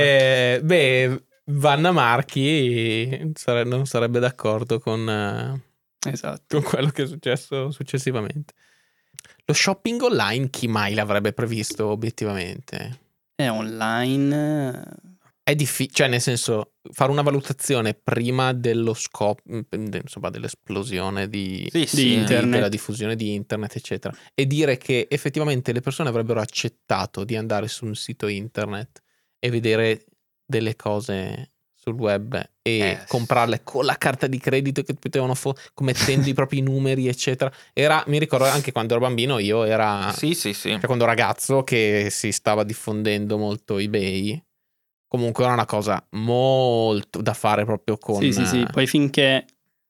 Vanna Marchi non sarebbe d'accordo con Esatto. quello che è successo successivamente. Lo shopping online chi mai l'avrebbe previsto obiettivamente? È online. È difficile, cioè nel senso, fare una valutazione prima dello insomma, dell'esplosione di internet, della diffusione di internet, eccetera, e dire che effettivamente le persone avrebbero accettato di andare su un sito internet e vedere delle cose sul web e comprarle con la carta di credito che potevano mettendo i propri numeri, eccetera. Mi ricordo anche quando ero bambino, io era cioè quando ero ragazzo che si stava diffondendo molto eBay. Comunque era una cosa molto da fare proprio con... Sì. Poi finché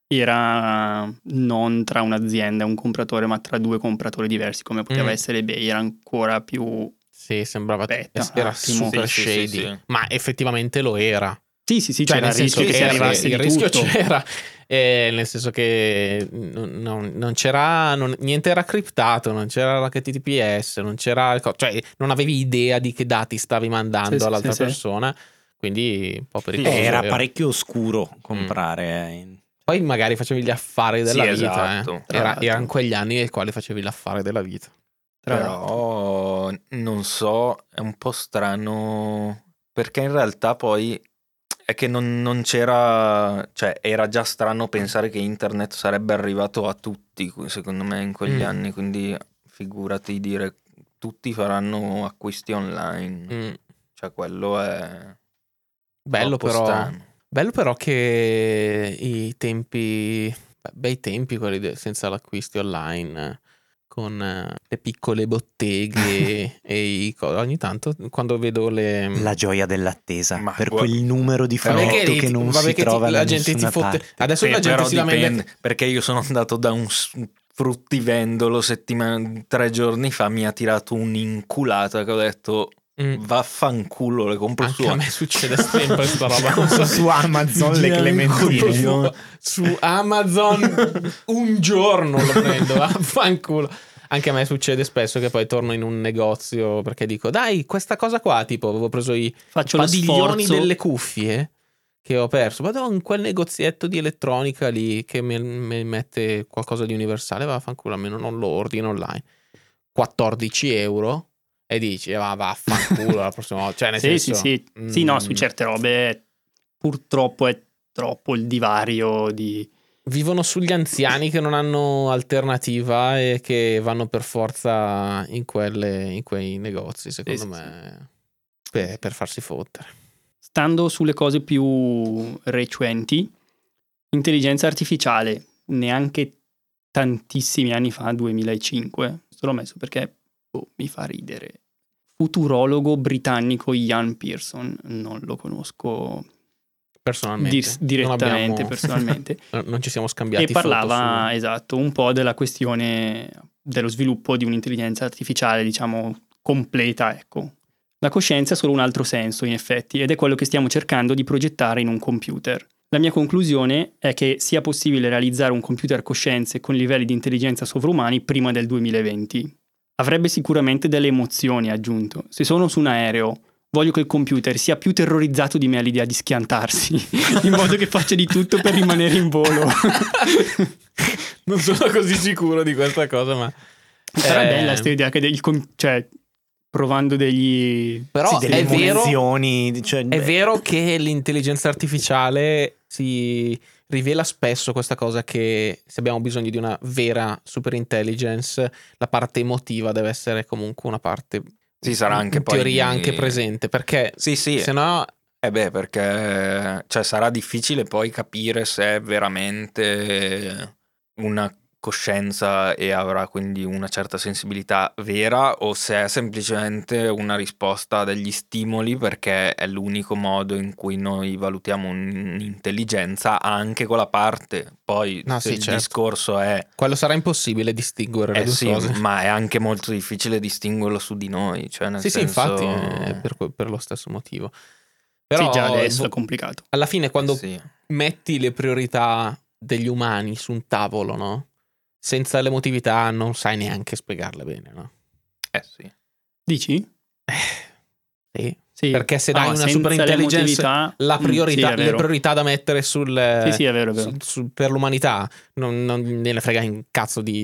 era non tra un'azienda e un compratore, ma tra due compratori diversi, come poteva essere eBay, era ancora più... Sì, sembrava... Aspetta, era attimo. super shady. Sì. Ma effettivamente lo era. Sì, Cioè, c'era il rischio che si arrivasse il di rischio tutto. c'era, nel senso che non c'era, niente era criptato, non c'era l'HTTPS, non c'era, cioè non avevi idea di che dati stavi mandando all'altra persona, quindi un po' pericoloso. Era parecchio oscuro comprare. Poi magari facevi gli affari della vita. Esatto. Erano quegli anni nei quali facevi l'affare della vita. Però non so, è un po' strano perché in realtà poi è che non c'era, cioè era già strano pensare che internet sarebbe arrivato a tutti, secondo me, in quegli anni, quindi figurati dire tutti faranno acquisti online. Cioè quello è bello, però strano. Bello però che i tempi, bei tempi quelli senza l'acquisti online, con le piccole botteghe e ogni tanto quando vedo la gioia dell'attesa Ma per quel numero di fumetto che non si trova da la gente nessuna ti fotte. parte. Adesso la gente si lamenta perché io sono andato da un fruttivendolo 3 giorni fa mi ha tirato un'inculata che ho detto vaffanculo, le compro Anche su. a me succede sempre sta roba. Su Amazon le clementine. Su Amazon un giorno lo prendo, vaffanculo. Anche a me succede spesso che poi torno in un negozio perché dico dai, questa cosa qua, tipo avevo preso i Faccio lo padiglioni sforzo. delle cuffie che ho perso, vado in quel negozietto di elettronica lì che mi mette qualcosa di universale, vaffanculo, almeno non lo ordino online, 14 euro e dici vaffanculo la prossima volta, cioè nel senso, sì, no, su certe robe purtroppo è troppo il divario di... Vivono sugli anziani che non hanno alternativa e che vanno per forza in quei negozi, secondo me, per farsi fottere. Stando sulle cose più recenti, intelligenza artificiale, neanche tantissimi anni fa, 2005, l'ho messo perché mi fa ridere. Futurologo britannico Ian Pearson, non lo conosco Personalmente. direttamente, personalmente. Non ci siamo scambiati E parlava, foto esatto, un po' della questione dello sviluppo di un'intelligenza artificiale, diciamo, completa, ecco. La coscienza ha solo un altro senso, in effetti, ed è quello che stiamo cercando di progettare in un computer. La mia conclusione è che sia possibile realizzare un computer coscienze con livelli di intelligenza sovrumani prima del 2020. Avrebbe sicuramente delle emozioni, ha aggiunto. Se sono su un aereo, voglio che il computer sia più terrorizzato di me all'idea di schiantarsi, in modo che faccia di tutto per rimanere in volo. Non sono così sicuro di questa cosa, ma... Sarà bella questa idea che cioè, provando degli... Però Sì, delle è vero... munizioni, cioè, È vero che l'intelligenza artificiale si rivela spesso questa cosa che se abbiamo bisogno di una vera super intelligence, la parte emotiva deve essere comunque una parte Sì, sarà anche in poi teoria anche presente, perché Sì, se no perché cioè, sarà difficile poi capire se è veramente una coscienza e avrà quindi una certa sensibilità vera o se è semplicemente una risposta a degli stimoli, perché è l'unico modo in cui noi valutiamo un'intelligenza anche con la parte. Poi No, se sì, il certo. discorso è quello sarà impossibile distinguere le due sì, cose. ma è anche molto difficile distinguerlo su di noi, cioè nel Sì, senso... infatti è per lo stesso motivo. Però sì, già adesso è complicato. alla fine quando Sì. metti le priorità degli umani su un tavolo, no? Senza l'emotività non sai neanche spiegarle bene, no? Sì. Dici? Sì. Sì. Perché se dai una senza super intelligence, l'emotività, la priorità, sì, è le vero. priorità da mettere Sì, è vero, è vero. per l'umanità non ne frega un cazzo di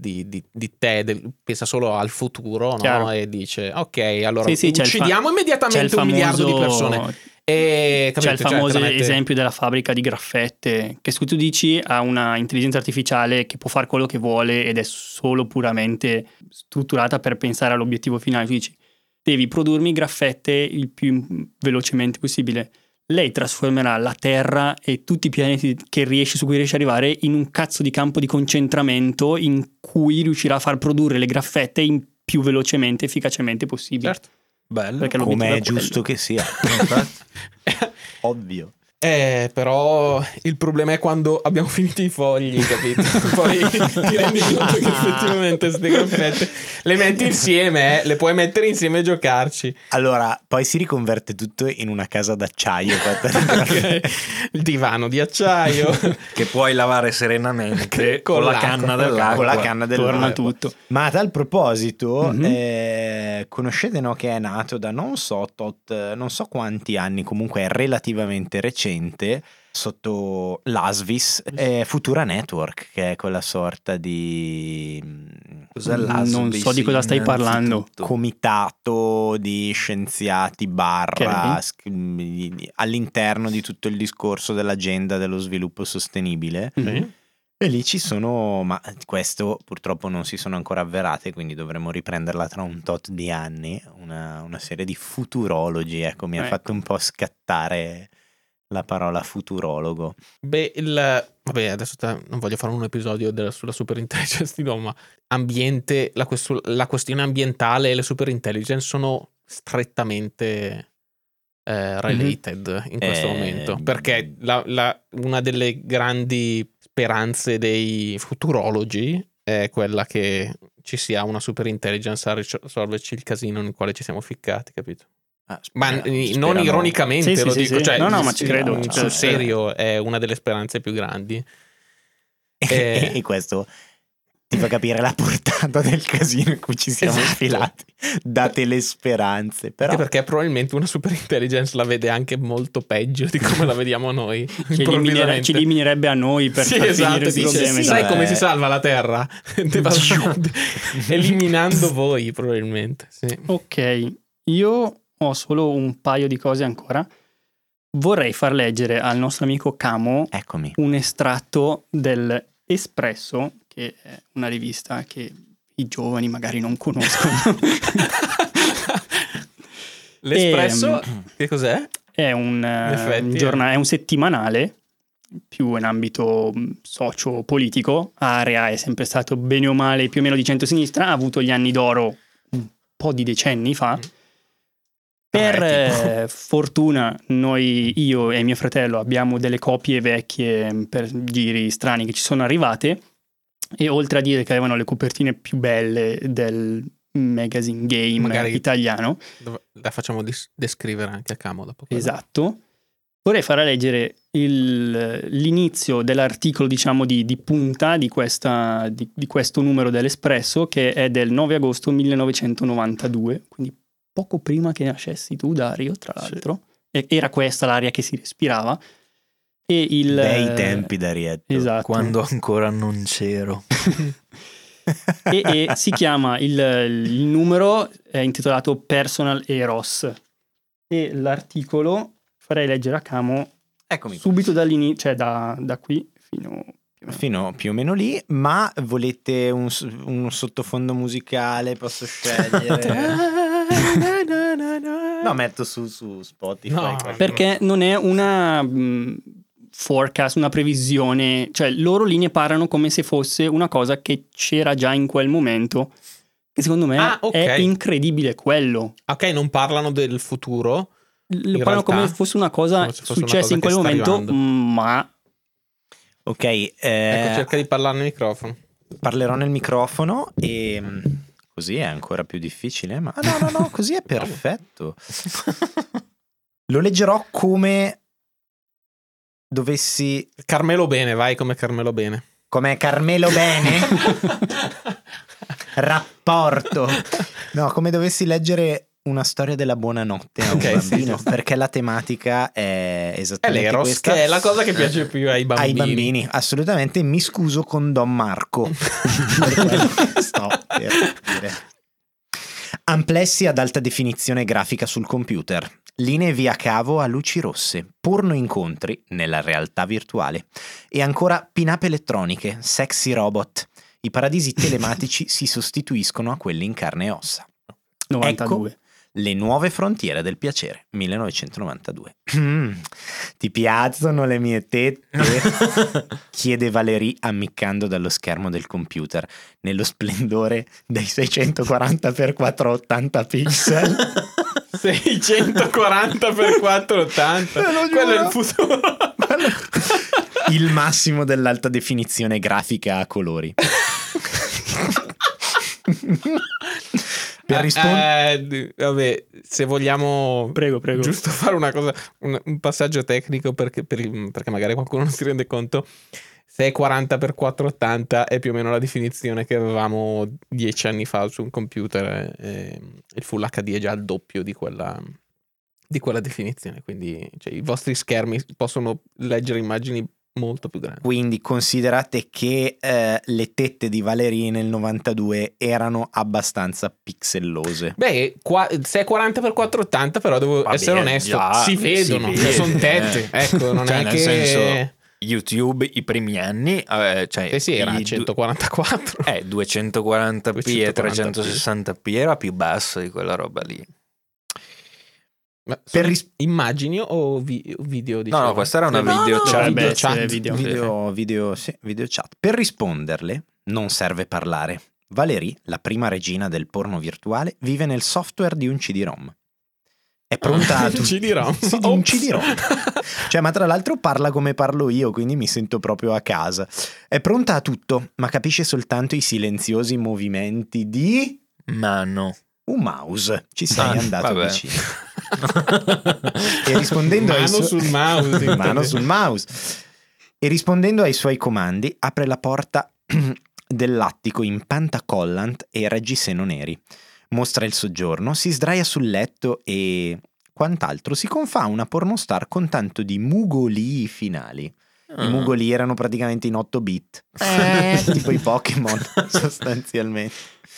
te, pensa solo al futuro, Chiaro. no? E dice ok, allora Sì, c'è uccidiamo c'è immediatamente il 1 miliardo di famoso- persone. E, C'è capito? il Cioè, famoso veramente- esempio della fabbrica di graffette, che se tu dici ha una intelligenza artificiale che può fare quello che vuole ed è solo puramente strutturata per pensare all'obiettivo finale, tu dici devi produrmi graffette il più velocemente possibile. Lei trasformerà la Terra e tutti i pianeti su cui riesce ad arrivare in un cazzo di campo di concentramento in cui riuscirà a far produrre le graffette in più velocemente, efficacemente possibile. Certo. Bello. Perché come l'obiettivo è quello. giusto che sia. Ovvio. Però il problema è quando abbiamo finito i fogli, capito? Poi ti rendi conto che effettivamente queste graffette le metti insieme, le puoi mettere insieme e giocarci. Allora, poi si riconverte tutto in una casa d'acciaio. Ok. Il divano di acciaio. Che puoi lavare serenamente con la l'acqua, canna con la dell'acqua. Con la canna dell'acqua. Torna tutto. Ma a tal proposito, Mhm. conoscete, no, che è nato da non so quanti anni, comunque è relativamente recente, sotto l'ASVIS, Futura Network, che è quella sorta di Cos'è Non so di cosa stai parlando. innanzitutto? comitato di scienziati barra all'interno di tutto il discorso dell'agenda dello sviluppo sostenibile. Mhm. E lì ci sono, ma questo purtroppo non si sono ancora avverate, quindi dovremo riprenderla tra un tot di anni, una serie di futurologi, ecco, mi ha fatto un po' scattare la parola futurologo. Beh, vabbè, adesso non voglio fare un episodio sulla super intelligence di ma ambiente, la questione ambientale e le super intelligence sono strettamente related in questo momento, perché una delle grandi speranze dei futurologi è quella che ci sia una super intelligence a risolverci il casino nel quale ci siamo ficcati, capito? Ma non ironicamente Sì, lo sì, dico, sì. cioè, No, ma ci credo. sul serio è una delle speranze più grandi. E questo ti fa capire la portata del casino in cui ci siamo infilati. Date le speranze. Però Anche perché probabilmente una super intelligence la vede anche molto peggio di come la vediamo noi. ci eliminerebbe a noi per sì, far esatto, finire il dice, problema. sì, sai come si salva la Terra? Eliminando voi probabilmente, sì. Ok, io ho solo un paio di cose ancora. Vorrei far leggere al nostro amico Camo eccomi. un estratto del Espresso, che è una rivista che i giovani magari non conoscono. L'Espresso, che cos'è? È un giornale, è un settimanale più in ambito socio-politico. Area è sempre stato bene o male più o meno di centro-sinistra, ha avuto gli anni d'oro un po' di decenni fa. Per fortuna io e mio fratello abbiamo delle copie vecchie per giri strani che ci sono arrivate, e oltre a dire che avevano le copertine più belle del magazine game magari italiano, la facciamo descrivere anche a Camo dopo quello. esatto, vorrei fare leggere l'inizio dell'articolo, diciamo di punta di questo numero dell'Espresso, che è del 9 agosto 1992, quindi poco prima che nascessi tu, Dario, tra l'altro. Sì. Era questa l'aria che si respirava. E bei tempi, Darietto. Esatto. Quando ancora non c'ero. e si chiama, il numero è intitolato Personal Eros. E l'articolo farei leggere a Camo. Eccomi. Subito dall'inizio, cioè da qui fino più o meno lì. Ma volete un sottofondo musicale? Posso scegliere? No, metto su Spotify. No, perché non è una forecast, una previsione, cioè loro lì ne parlano come se fosse una cosa che c'era già in quel momento, che secondo me è incredibile quello. Ok, non parlano del futuro, parlano come se fosse una cosa successa in quel momento, ma ok, ecco, cerca di parlare nel microfono. Parlerò nel microfono e così è ancora più difficile, ma no, così è perfetto. Lo leggerò come dovessi... Carmelo Bene, vai come Carmelo Bene. Come Carmelo Bene? Rapporto. No, come dovessi leggere una storia della buonanotte a un bambino, sì, perché la tematica è esattamente l'Eros, questa, che è la cosa che piace più ai bambini. Ai bambini, assolutamente. Mi scuso con Don Marco. Sto per dire. Amplessi ad alta definizione grafica sul computer, linee via cavo a luci rosse, porno incontri nella realtà virtuale e ancora pin-up elettroniche, sexy robot. I paradisi telematici si sostituiscono a quelli in carne e ossa. 92. Ecco le nuove frontiere del piacere, 1992. Ti piacciono le mie tette? Chiede Valerie ammiccando dallo schermo del computer nello splendore dei 640x480 pixel. 640x480. Quello è il futuro. Il massimo dell'alta definizione grafica a colori. Per rispondere, vabbè, se vogliamo, prego, giusto fare una cosa, un passaggio tecnico perché magari qualcuno non si rende conto. 640x480 è più o meno la definizione che avevamo 10 anni fa su un computer. Il Full HD è già il doppio di quella definizione, quindi cioè, i vostri schermi possono leggere immagini molto più grandi. Quindi considerate che le tette di Valerie nel 92 erano abbastanza pixellose. Beh, 640x480 però devo essere onesto, si vedono, sono tette, ecco, non è nel che senso, YouTube i primi anni sì, era 144 240p e 360p era più basso di quella roba lì. Ma immagini o video? Diciamo? No, questa era una video chat. Video chat. Per risponderle non serve parlare. Valerie, la prima regina del porno virtuale, vive nel software di un CD-ROM. È pronta a tutto. CD-ROM. Sì, di un CD-ROM. Cioè, ma tra l'altro parla come parlo io, quindi mi sento proprio a casa. È pronta a tutto, ma capisce soltanto i silenziosi movimenti di Mano. un mouse. Ci sei andato vabbè. vicino. E rispondendo Mano sul mouse. mano sul mouse. E rispondendo ai suoi comandi, apre la porta dell'attico in pantacollant e reggiseno neri. Mostra il soggiorno, si sdraia sul letto e quant'altro si confà una pornostar con tanto di mugolii finali. I mugolii erano praticamente in 8 bit, tipo i Pokémon sostanzialmente.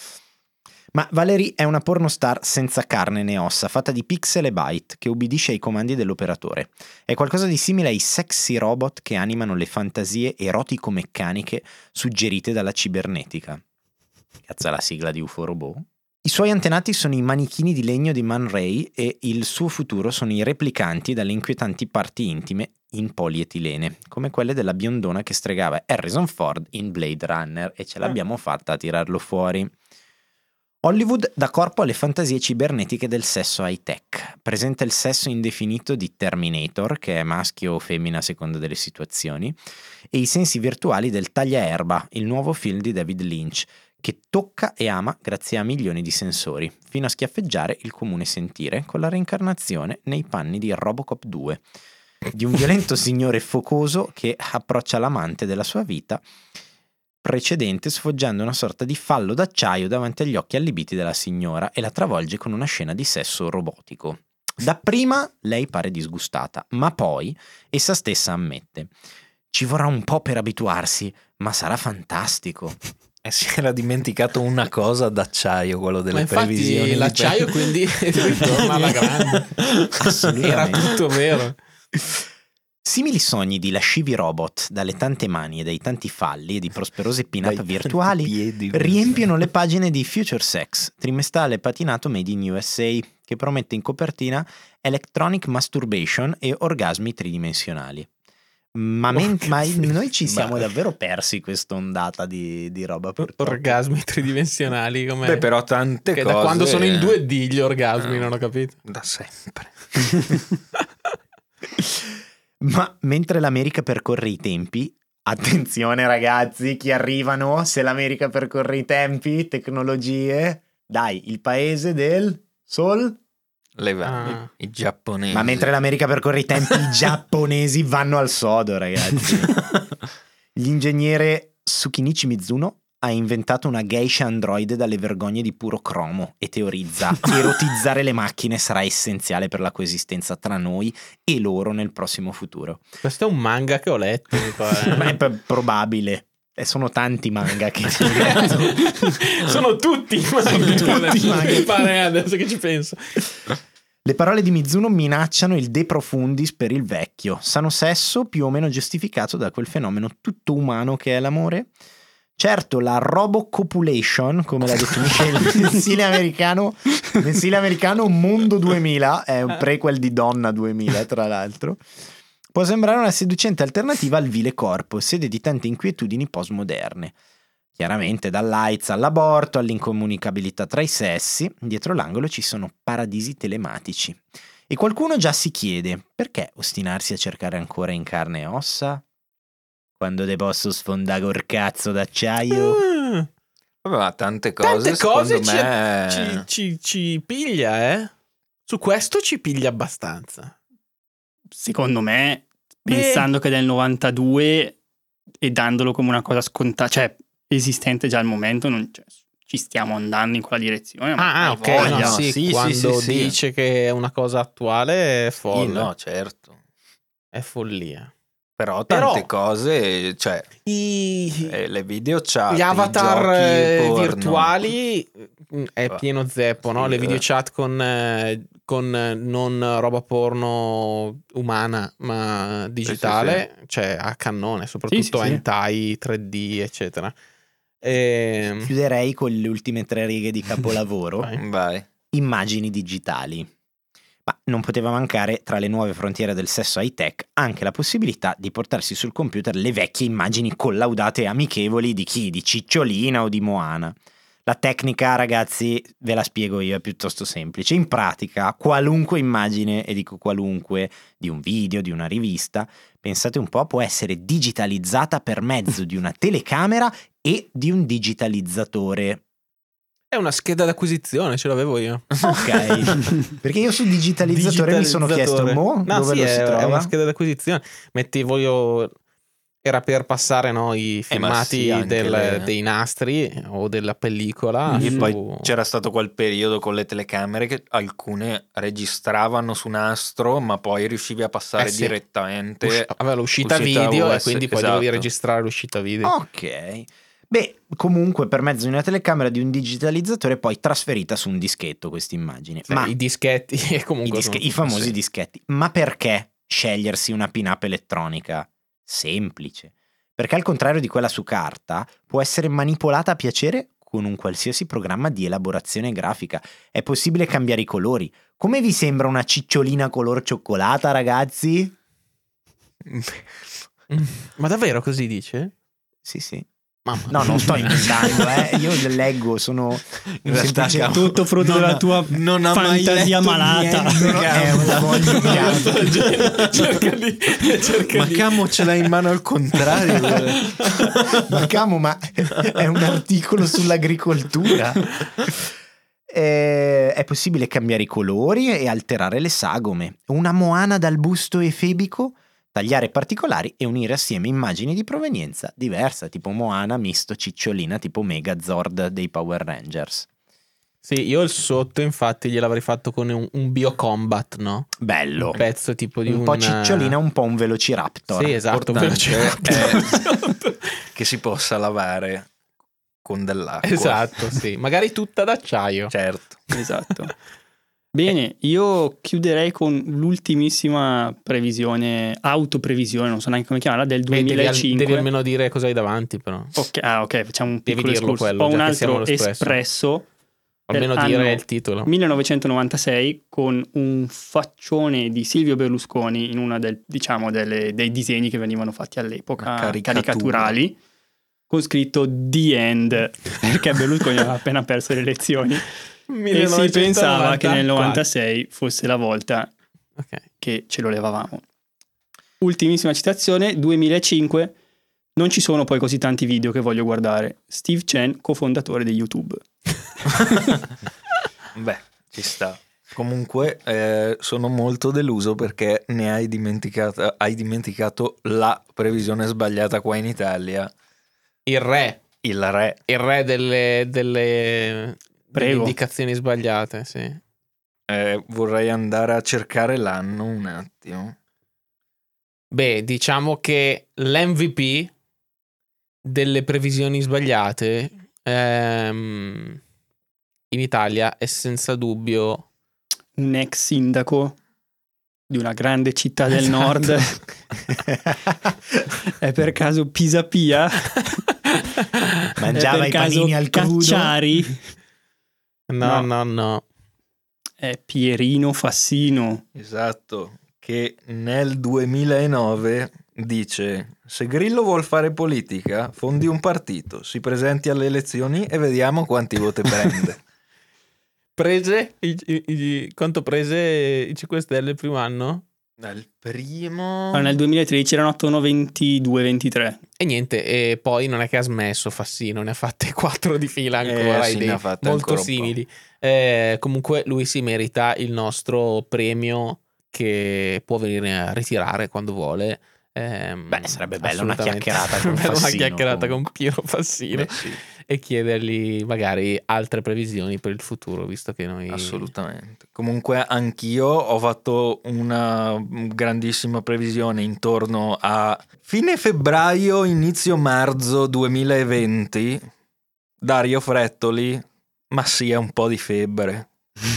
Ma Valerie è una pornostar senza carne né ossa, fatta di pixel e byte, che ubbidisce ai comandi dell'operatore. È qualcosa di simile ai sexy robot che animano le fantasie erotico-meccaniche suggerite dalla cibernetica. Cazzo, è la sigla di UFO Robot? I suoi antenati sono i manichini di legno di Man Ray e il suo futuro sono i replicanti dalle inquietanti parti intime in polietilene, come quelle della biondona che stregava Harrison Ford in Blade Runner, e ce l'abbiamo fatta a tirarlo fuori. Hollywood dà corpo alle fantasie cibernetiche del sesso high-tech. Presenta il sesso indefinito di Terminator, che è maschio o femmina a seconda delle situazioni, e i sensi virtuali del tagliaerba, il nuovo film di David Lynch, che tocca e ama grazie a milioni di sensori, fino a schiaffeggiare il comune sentire con la reincarnazione nei panni di Robocop 2, di un violento signore focoso che approccia l'amante della sua vita precedente sfoggiando una sorta di fallo d'acciaio davanti agli occhi allibiti della signora e la travolge con una scena di sesso robotico. Dapprima lei pare disgustata, ma poi essa stessa ammette: ci vorrà un po' per abituarsi, ma sarà fantastico. Si era dimenticato una cosa d'acciaio, quello delle Ma infatti previsioni. l'acciaio quindi ritorna alla grande. Assolutamente. Era tutto vero. Simili sogni di lascivi robot dalle tante mani e dai tanti falli e di prosperose pin-up virtuali piedi. riempiono le pagine di Future Sex, trimestrale patinato made in USA, che promette in copertina electronic masturbation e orgasmi tridimensionali. Ma noi ci siamo davvero persi quest'ondata di roba, purtroppo. Orgasmi tridimensionali come Beh, però tante che cose. da quando sono in 2D gli orgasmi, non ho capito. Da sempre. Ma mentre l'America percorre i tempi, attenzione ragazzi, chi arrivano? Se l'America percorre i tempi, tecnologie, dai, il paese del sol. I giapponesi. Ma mentre l'America percorre i tempi, i giapponesi vanno al sodo, ragazzi. L'ingegnere Tsukinichi Mizuno ha inventato una geisha androide dalle vergogne di puro cromo e teorizza: erotizzare le macchine sarà essenziale per la coesistenza tra noi e loro nel prossimo futuro. Questo è un manga che ho letto, mi pare. Ma è probabile. E sono tanti manga che Sono tutti manga, mi pare, adesso che ci penso. Le parole di Mizuno minacciano il de profundis per il vecchio, sano sesso più o meno giustificato da quel fenomeno tutto umano che è l'amore. Certo, la robocopulation, come la definisce il mensile americano Mondo 2000, è un prequel di Donna 2000 tra l'altro, può sembrare una seducente alternativa al vile corpo, sede di tante inquietudini postmoderne. Chiaramente dall'AIDS all'aborto, all'incomunicabilità tra i sessi, dietro l'angolo ci sono paradisi telematici. E qualcuno già si chiede: perché ostinarsi a cercare ancora in carne e ossa? Quando te posso sfondare col cazzo d'acciaio? Vabbè, ma tante cose me... ci piglia, eh? Su questo ci piglia abbastanza. Secondo me, pensando che è del 92 e dandolo come una cosa scontata, cioè esistente già al momento, non, cioè, ci stiamo andando in quella direzione. Ok, voglia. no, sì, quando dice che è una cosa attuale è folle. Sì, no, certo. È follia. Però tante cose, cioè le video chat, gli avatar i giochi, virtuali è pieno zeppo, no? Le video chat con non roba porno umana ma digitale, cioè a cannone, soprattutto hentai 3D eccetera. Chiuderei con le ultime 3 righe di capolavoro. Vai. Immagini digitali. Ma non poteva mancare, tra le nuove frontiere del sesso high-tech, anche la possibilità di portarsi sul computer le vecchie immagini collaudate e amichevoli di chi? Di Cicciolina o di Moana. La tecnica, ragazzi, ve la spiego io, è piuttosto semplice. In pratica, qualunque immagine, e dico qualunque, di un video, di una rivista, pensate un po', può essere digitalizzata per mezzo di una telecamera e di un digitalizzatore. È una scheda d'acquisizione, ce l'avevo io. Ok, perché io su digitalizzatore mi sono chiesto, No, dove sì, lo si trova? è una scheda d'acquisizione. Mettevo io... Era per passare, no, i filmati sì, anche dei nastri o della pellicola. E su- poi c'era stato quel periodo con le telecamere che alcune registravano su nastro, ma poi riuscivi a passare sì. direttamente. aveva l'uscita video e US, quindi poi esatto. dovevi registrare l'uscita video. Ok. Beh, comunque per mezzo di una telecamera, di un digitalizzatore, poi trasferita su un dischetto questa immagine. Cioè, Ma i dischetti e comunque i famosi sì. dischetti. Ma perché scegliersi una pin-up elettronica? Semplice. Perché al contrario di quella su carta, può essere manipolata a piacere con un qualsiasi programma di elaborazione grafica. È possibile cambiare i colori. Come vi sembra una cicciolina color cioccolata, ragazzi? Ma davvero così dice? Sì, sì. Mamma No, non sto inventando, io leggo, sono In realtà, semplice- cavolo, Tutto frutto non della ha- tua non ha mai fantasia letto malata. niente, è un foglio bianco. Ma Camo ce l'ha in mano al contrario. Ma Camo, ma è un articolo sull'agricoltura. È possibile cambiare i colori e alterare le sagome. Una Moana dal busto efebico, tagliare particolari e unire assieme immagini di provenienza diversa, tipo Moana misto cicciolina tipo Megazord dei Power Rangers. Sì, io il sotto infatti gliel'avrei fatto con un Biocombat, no? Bello. Un pezzo tipo di un po' cicciolina, un po' un Velociraptor. Sì, esatto, un L'importante Velociraptor. è che si possa lavare con dell'acqua. Esatto, sì. Magari tutta d'acciaio. Certo. Esatto. Bene, io chiuderei con l'ultimissima previsione, autoprevisione, non so neanche come chiamarla, del Beh, 2005. devi almeno dire cosa hai davanti, però. Ok, facciamo un Devi piccolo dirlo escurso. quello, Ho un già che siamo altro all'Espresso. espresso Almeno dell'anno dire il titolo. 1996 con un faccione di Silvio Berlusconi in una dei disegni che venivano fatti all'epoca, Una caricatura. caricaturali, con scritto The End, perché Berlusconi aveva appena perso le elezioni e si pensava che nel 96 fosse la volta Ok. che ce lo levavamo. Ultimissima citazione, 2005, non ci sono poi così tanti video che voglio guardare. Steve Chen, cofondatore di YouTube. Beh, ci sta. Comunque sono molto deluso perché hai dimenticato la previsione sbagliata qua in Italia. Il re Il re. delle Prego. indicazioni sbagliate, sì. Vorrei andare a cercare l'anno un attimo. Beh, diciamo che l'MVP delle previsioni sbagliate in Italia è senza dubbio Un ex sindaco di una grande città del Esatto. nord. È per caso Pisapia? Mangiava È i per caso panini al crudo. Cacciari? No. È Pierino Fassino. Esatto, che nel 2009 dice: se Grillo vuol fare politica, fondi un partito, si presenti alle elezioni e vediamo quanti voti prende. Prese quanto prese i 5 Stelle il primo anno? Nel primo... Allora, nel 2013 erano attorno 22-23. E niente, e poi non è che ha smesso Fassino, ne ha fatte 4 di fila ancora, sì, idee ne ha fatte molto ancora un po'. simili. Comunque lui si merita il nostro premio che può venire a ritirare quando vuole. Beh, sarebbe bella una assolutamente. chiacchierata con Bella Fassino. una chiacchierata comunque. con Piero Fassino Beh, sì, e chiedergli magari altre previsioni per il futuro, visto che noi... assolutamente. Comunque anch'io ho fatto una grandissima previsione intorno a fine febbraio, inizio marzo 2020. Dario Frettoli, ma sia un po' di febbre.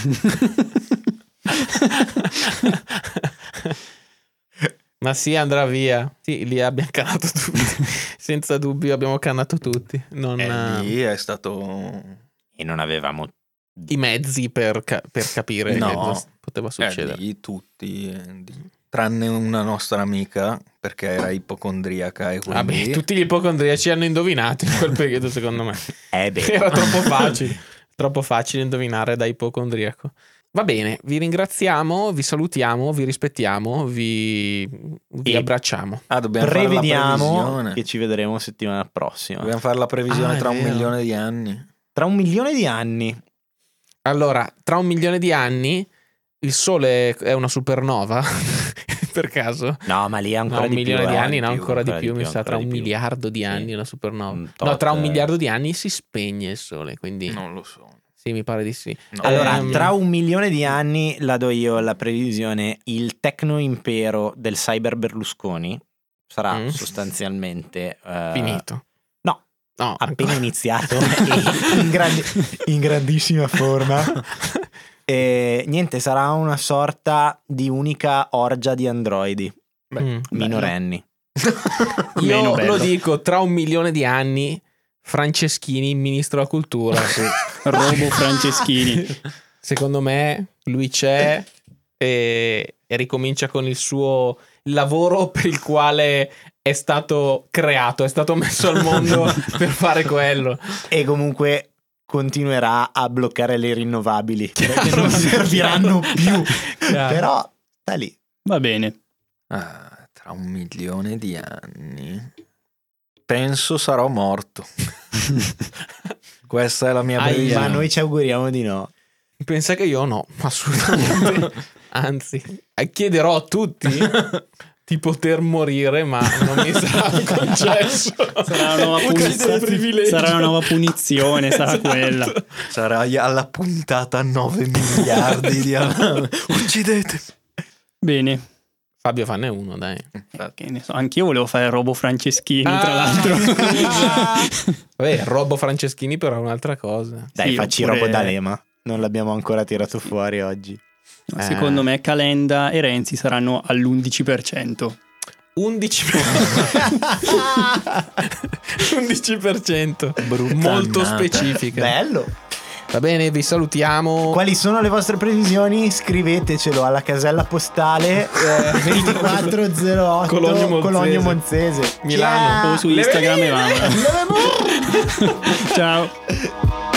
Ma sì, andrà via. Sì, li abbiamo cannato tutti. Senza dubbio abbiamo cannato tutti. Non Lì è stato... E non avevamo... i mezzi per capire No. che cosa poteva succedere. Lì tutti... tranne una nostra amica, perché era ipocondriaca e quindi... Vabbè, tutti gli ipocondriaci hanno indovinato in quel periodo, secondo me. Beh. Era troppo facile indovinare da ipocondriaco. Va bene, vi ringraziamo, vi salutiamo, vi rispettiamo, vi abbracciamo. Dobbiamo fare la Prevediamo previsione. che ci vedremo settimana prossima. Dobbiamo fare la previsione È tra 1 vero. milione di anni. Tra 1 milione di anni. Allora, tra 1 milione di anni il Sole è una supernova, per caso? No, ma lì è ancora No, 1 di più. milione di anni, no, più, ancora di più, mi sa, tra ancora 1 di più. miliardo di Sì. anni è una supernova. Un No, tra 1 tot, miliardo di anni si spegne il Sole, quindi Non lo so. sì, mi pare di sì. No. Allora, Ehm, tra 1 milione di anni la do io la previsione: il tecno impero del cyber Berlusconi sarà sostanzialmente finito. No, No, appena ancora. iniziato e in grandissima forma. E niente, sarà una sorta di unica orgia di androidi minorenni. Io Meno bello. lo dico, tra 1 milione di anni Franceschini, ministro della cultura. Robo Franceschini. Secondo me lui c'è e ricomincia con il suo lavoro per il quale è stato creato, è stato messo al mondo per fare quello. E comunque continuerà a bloccare le rinnovabili perché non serviranno più. Chiaro. Però sta lì. Va bene. Tra 1 milione di anni penso sarò morto. Questa è la mia previsione. Ma noi ci auguriamo di no. Pensa che io no, assolutamente. Anzi, chiederò a tutti di poter morire, ma non mi sarà concesso. Sarà una nuova Uccidere privilegi. sarà una nuova punizione, sarà Esatto. quella. Sarai alla puntata 9 miliardi di anni. Uccidete. Bene. Fabio, fanne uno, dai. Che ne so, anch'io volevo fare Robo Franceschini, tra l'altro. Vabbè, Robo Franceschini però è un'altra cosa. Dai, Sì, facci oppure- robo d'Alema. Non l'abbiamo ancora tirato fuori oggi. No, secondo me Calenda e Renzi saranno all'11%. 11%. Molto specifica. Bello. Va bene, vi salutiamo. Quali sono le vostre previsioni? Scrivetecelo alla casella postale 2408 Cologno Monzese. Monzese. Milano. O su Instagram e Ciao.